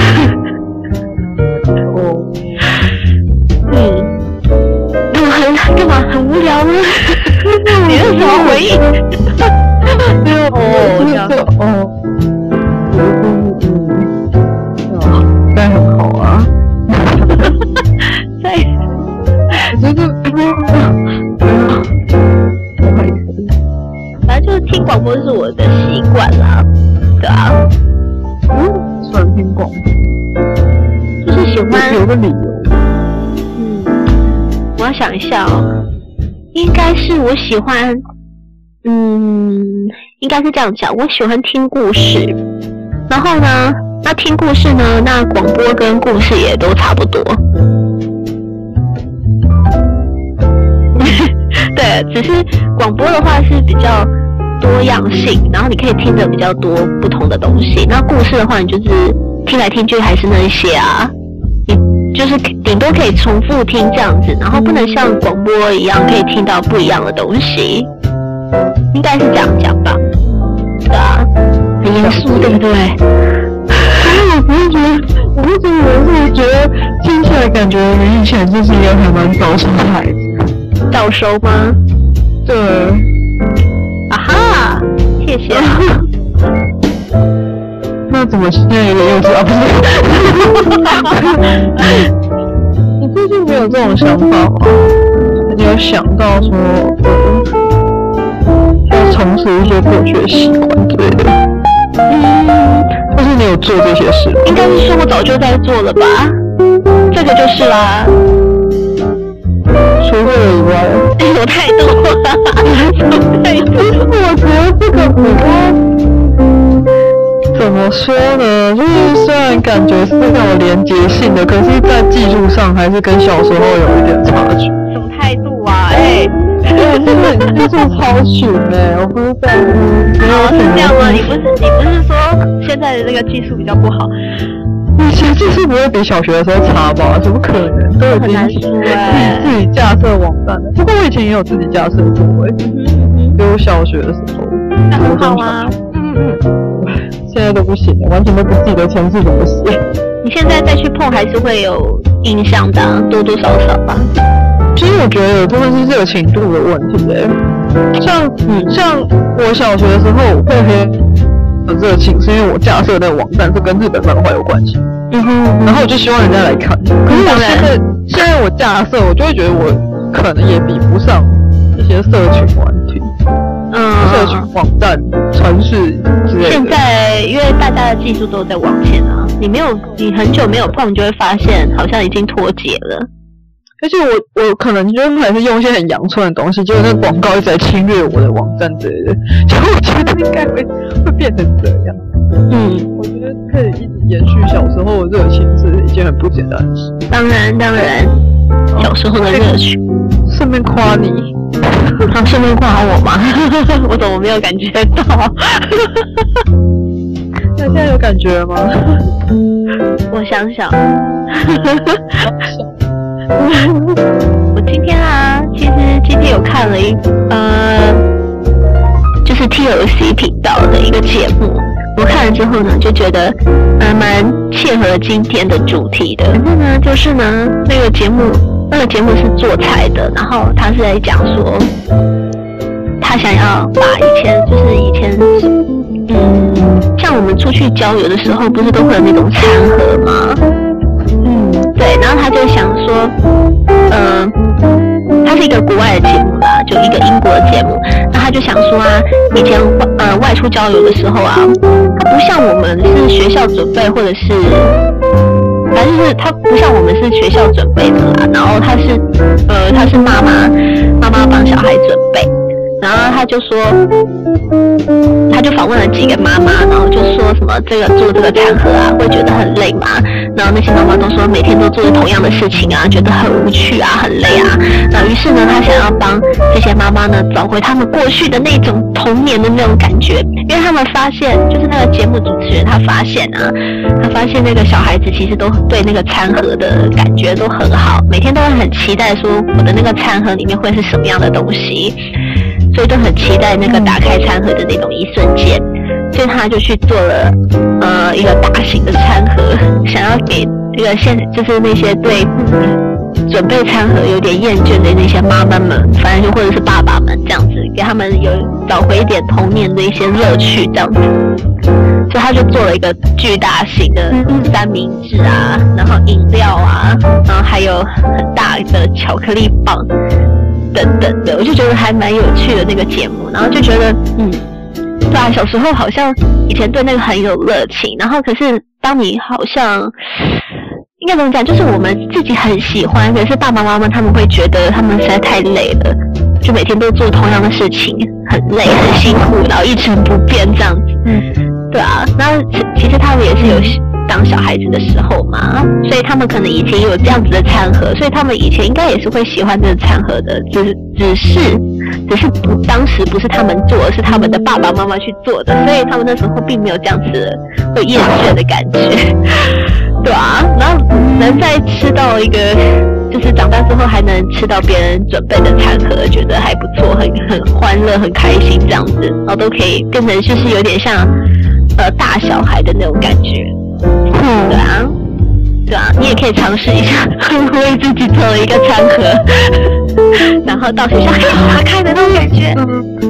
干嘛？很无聊吗？你有什么回忆？ 这样这样很好啊。 对， 我觉得反正就是听广播是我的习惯啦，对啊。 喜欢听广播， 就是喜欢有个理由。 我要想一下哦，应该是我喜欢，应该是这样讲，我喜欢听故事。然后呢，那听故事呢，那广播跟故事也都差不多。对，只是广播的话是比较多样性，然后你可以听的比较多不同的东西。那故事的话，你就是听来听去还是那一些啊。就是顶多可以重复听这样子，然后不能像广播一样可以听到不一样的东西，应该是这样讲吧？对啊，很严肃，对不对？ 我不是觉得，我觉得听起来感觉你以前就是一个还蛮早熟的孩子。 早熟吗？ 对。 啊哈，谢谢。 那怎么现在有点幼稚啊？不是，你最近没有这种想法吗？你有想到说，要重拾一些过去的习惯之类的？但是你有做这些事？ 应该是说我早就在做了吧？这个就是啦。 除这个以外， 有太多了，有太多。 我觉得这个比较。怎么说呢？就是虽然感觉是那种连结性的，可是在技术上还是跟小时候有一点差距。 什么态度啊？ 就是你就是超群我不是在是这样吗？你不是说现在的这个技术比较不好？ 以前技术不会比小学的时候差吧？怎么可能？都已经自己架设网站了。不过我以前也有自己架设过就我小学的时候。 那很好啊。 现在都不行了，完全都不记得程式怎么写。 你现在再去碰还是会有影响的，多多少少吧。 其实我觉得有部分是热情度的问题像我小学的时候会很热情，是因为我架设的网站是跟日本漫画有关系。 然后我就希望人家来看。可是我现在我架设，我就会觉得我可能也比不上一些社群软体。社群网站、城市之类的。 现在因为大家的技术都在往前啊，你很久没有碰，就会发现好像已经脱节了。 而且我可能就还是用一些很阳春的东西，结果那个广告一直在侵略我的网站之类的，就我觉得应该会变成这样。我觉得可以一直延续小时候的热情是一件很不简单的事。 当然，小时候的热情。 顺便夸你。 顺便夸我吗？我怎么没有感觉到？ 那现在有感觉吗？ 我想想。我今天其实今天有看了就是 TLC 频道的一个节目。我看了之后呢，就觉得蛮切合今天的主题的。反正呢，就是呢，那个节目是做菜的，然后他是在讲说，他想要把以前像我们出去郊游的时候，不是都会有那种餐盒吗？对，然后他就想说，它是一个国外的节目啦，就一个英国的节目。那他就想说以前外出郊游的时候它不像我们是学校准备，或者是。反正就是它不像我们是学校准备的啦，然后它是妈妈帮小孩准备，然后他就说，他就访问了几个妈妈，然后就说什么做这个餐盒会觉得很累嘛，然后那些妈妈都说每天都做同样的事情觉得很无趣很累然后于是呢，他想要帮这些妈妈呢找回他们过去的那种童年的那种感觉，因为他们发现，就是那个节目主持人他发现那个小孩子其实都对那个餐盒的感觉都很好，每天都会很期待说我的那个餐盒里面会是什么样的东西，所以都很期待那个打开餐盒的那种一瞬间，所以他就去做了一个大型的餐盒，想要给这个就是那些对准备餐盒有点厌倦的那些妈妈们，反正就或者是爸爸们这样子，给他们找回一点童年的一些乐趣这样子。所以他就做了一个巨大型的三明治然后饮料然后还有很大的巧克力棒等等的，我就觉得还蛮有趣的那个节目，然后就觉得对小时候好像以前对那个很有热情，然后可是当你好像应该怎么讲，就是我们自己很喜欢，可是爸爸妈妈他们会觉得他们实在太累了，就每天都做同样的事情，很累很辛苦，然后一成不变这样子。对然后其实他们也是有当小孩子的时候嘛，所以他们可能以前有这样子的餐盒，所以他们以前应该也是会喜欢这个餐盒的，只是当时不是他们做，是他们的爸爸妈妈去做的，所以他们那时候并没有这样子的会厌倦的感觉。对然后能再吃到一个就是长大之后还能吃到别人准备的餐盒，觉得还不错，很欢乐很开心这样子，然后都可以变成就是有点像大小孩的那种感觉。对你也可以尝试一下，为自己做了一个餐盒，然后到学校可以打开的那种感觉。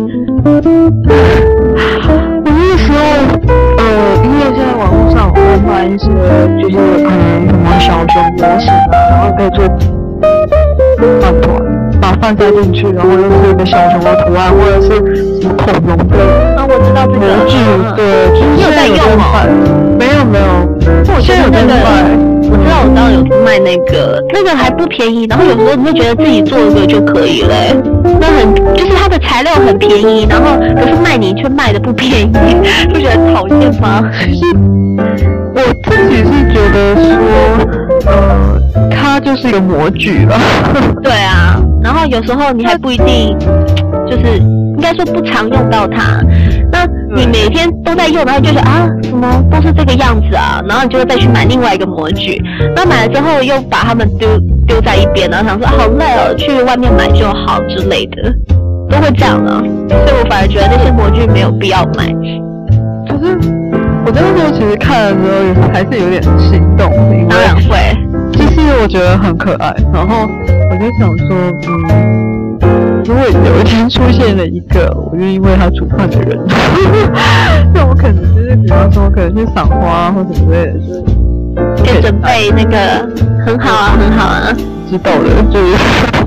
我那个时候，因为现在网络上会卖一些，就是可能什么小熊模型然后可以做饭团，把饭塞进去，然后又是一个小熊的图案，或者是什么恐龙的我知道这个模具，对，就是你有在用没有，我现在有在卖。 我知道有卖那个还不便宜，然后有时候你会觉得自己做一个就可以了就是它的材料很便宜，然后可是卖你却卖的不便宜，不觉得很讨厌吗？ 我自己是觉得说，它就是一个模具了。 对然后有时候你还不一定，就是应该说不常用到它。那你每天都在用，然后就觉得什么都是这个样子然后你就会再去买另外一个模具，那买了之后又把它们丢在一边，然后想说好累去外面买就好之类的，都会这样所以我反而觉得那些模具没有必要买。 可是我那时候其实看的时候还是有点心动的，因为当然会， 就是我觉得很可爱，然后我就想说，如果有一天出现了一个我愿意为他煮饭的人，那我可能就是比方说可能去赏花或什么之类的，就是可以准备那个，很好啊，很好啊。 知道的，就是。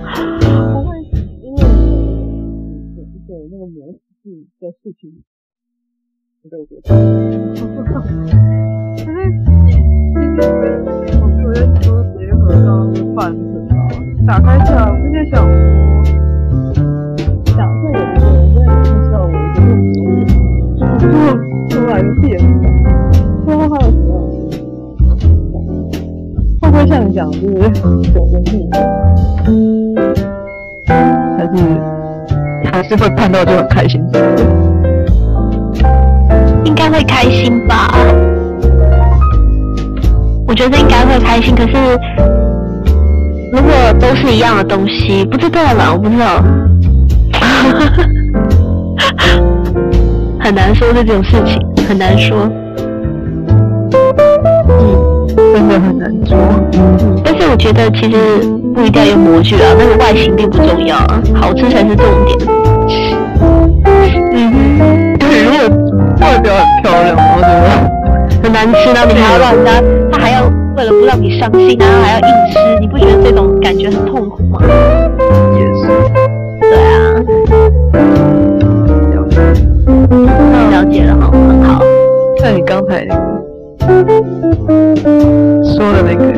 那个模式的事情，对。可是，我觉得说结合到饭程吧，打开起来，我就在想说，假设有一个人在介绍我一个问题，就出来一个变化，最后还有什么？会不会像你讲，就是有个目的，还是会看到就很开心？ 应该会开心吧？我觉得应该会开心，可是如果都是一样的东西，不知道啦，我不知道，很难说这种事情，很难说。 真的很难说。 但是我觉得其实不一定要用模具啊，那个外形并不重要啊，好吃才是重点。 对，如果外表很漂亮，我觉得很难吃呢，你还要让人家，他还要为了不让你伤心，然后还要硬吃，你不觉得这种感觉很痛苦吗？ 也是。 对啊。了解了哈，很好。 那你刚才说的那个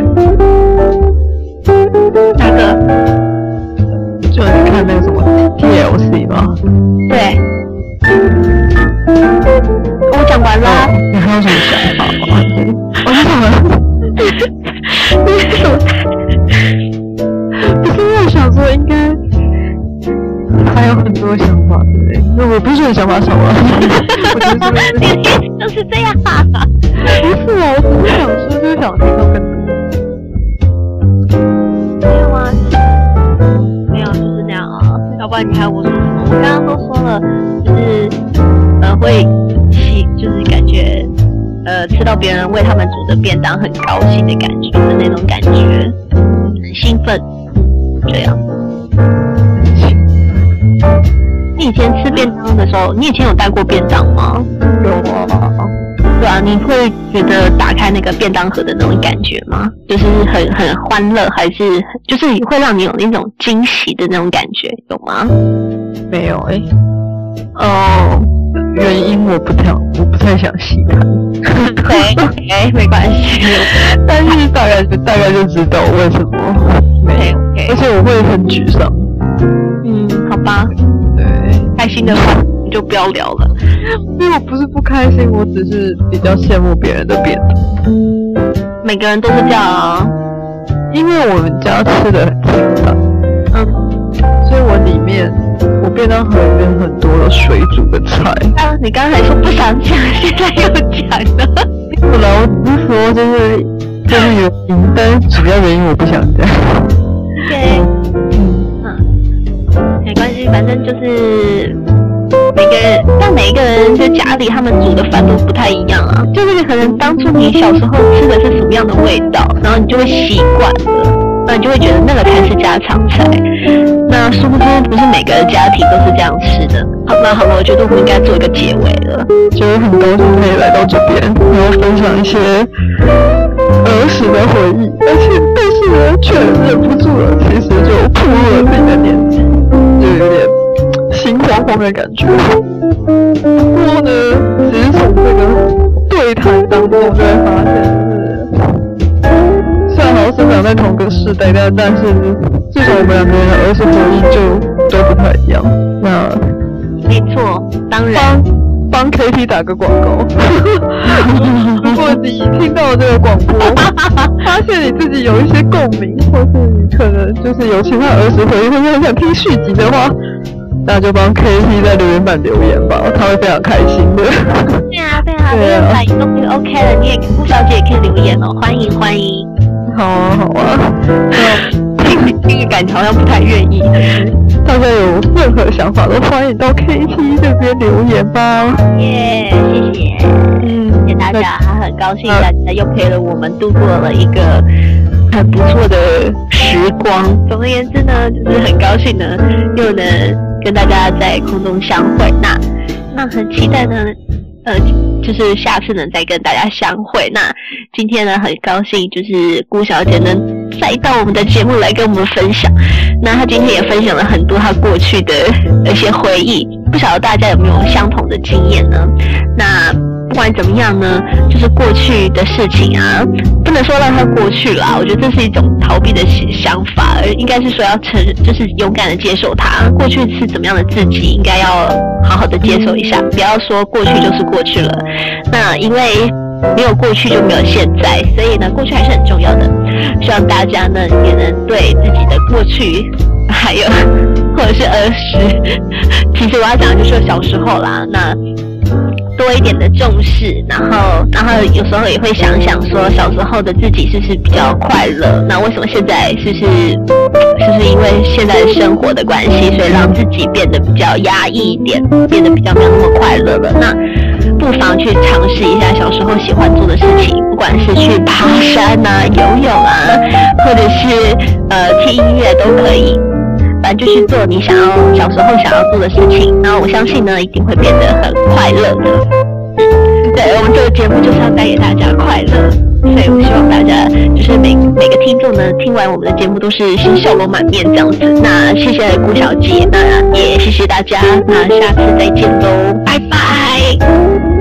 哪个？ 就你看那个什么 TLC 吗？ 对。我讲完啦。 你还有什么想法吗？我就想了。你是什么？可是我想说，应该还有很多想法之类的。那我不是说你想法少了，我觉得天天都是这样啊。 不是啊，我只是想说，就是想听到更多。 没有啊，没有，就是那样啊。要不然你还我说什么？我刚刚都说了，就是会就是感觉吃到别人为他们煮的便当很高兴的感觉的那种感觉，很兴奋，这样。你以前吃便当的时候，你以前有带过便当吗？ 有啊。 对啊，你会觉得打开那个便当盒的那种感觉吗？就是很欢乐，还是就是会让你有那种惊喜的那种感觉，有吗？ 没有哦， 原因我不太想细看。 对，没关系。 但是大概就知道为什么。 OK， 而且我会很沮丧。 好吧。 对， 开心的话你就不要聊了。 因为我不是不开心，我只是比较羡慕别人的便当。 每个人都是这样啊。 因为我们家吃的很清淡，所以我便当盒里面很多的水煮的菜。 你刚才说不想讲，现在又讲了。 后来我只是说就是原因，但是主要原因我不想讲。 OK，没关系，反正就是每一个人就家里他们煮的饭都不太一样啊。就是可能当初你小时候吃的是什么样的味道，然后你就会习惯了。那你就会觉得那个才是家常菜。那殊不知不是每个家庭都是这样吃的。好了，我觉得我们应该做一个结尾了。 就是很高兴可以来到这边，然后分享一些儿时的回忆，但是呢，却忍不住了，其实就暴露了自己的年纪，就有点心慌慌的感觉。不过呢，其实从这个对谈当中就会发现，虽然好像生长在同个世代，但是至少我们两个人的儿时回忆就都不太一样。那没错，当然帮 KT 打个广告。如果你听到这个广播，发现你自己有一些共鸣，或是你可能就是有其他儿时回忆，或者很想听续集的话，那就帮 KT 在留言板留言吧，他会非常开心的。 对啊，留言板都 OK 了，你也顾小姐也可以留言哦，欢迎。 好啊。 这个感觉好像不太愿意。 大家有任何想法都欢迎到 KT 这边留言吧。 耶，谢谢大家，很高兴大家又陪了我们度过了一个很不错的时光。总而言之呢，就是很高兴呢，又能跟大家在空中相会。那很期待呢， 就是下次能再跟大家相会。那今天呢，很高兴就是顾小姐能再到我们的节目来跟我们分享。那她今天也分享了很多她过去的一些回忆，不晓得大家有没有相同的经验呢？那不管怎么样呢，就是过去的事情啊，不能说让它过去啦，我觉得这是一种逃避的想法，而应该是说要就是勇敢的接受它。过去是怎么样的自己，应该要好好的接受一下，不要说过去就是过去了。那因为没有过去就没有现在，所以呢，过去还是很重要的。希望大家呢也能对自己的过去，还有或者是儿时，其实我要讲的就是小时候啦，那多一点的重视，然后有时候也会想想说，小时候的自己是不是比较快乐？那为什么现在是不是因为现在的生活的关系，所以让自己变得比较压抑一点，变得比较没有那么快乐了？那不妨去尝试一下小时候喜欢做的事情，不管是去爬山啊、游泳啊，或者是听音乐都可以。反正就去做你小时候想要做的事情，然后我相信呢，一定会变得很快乐的。对，我们这个节目就是要带给大家快乐，所以我希望大家就是每个听众呢，听完我们的节目都是笑容满面这样子。那谢谢顾小姐，那也谢谢大家，那下次再见喽，拜拜。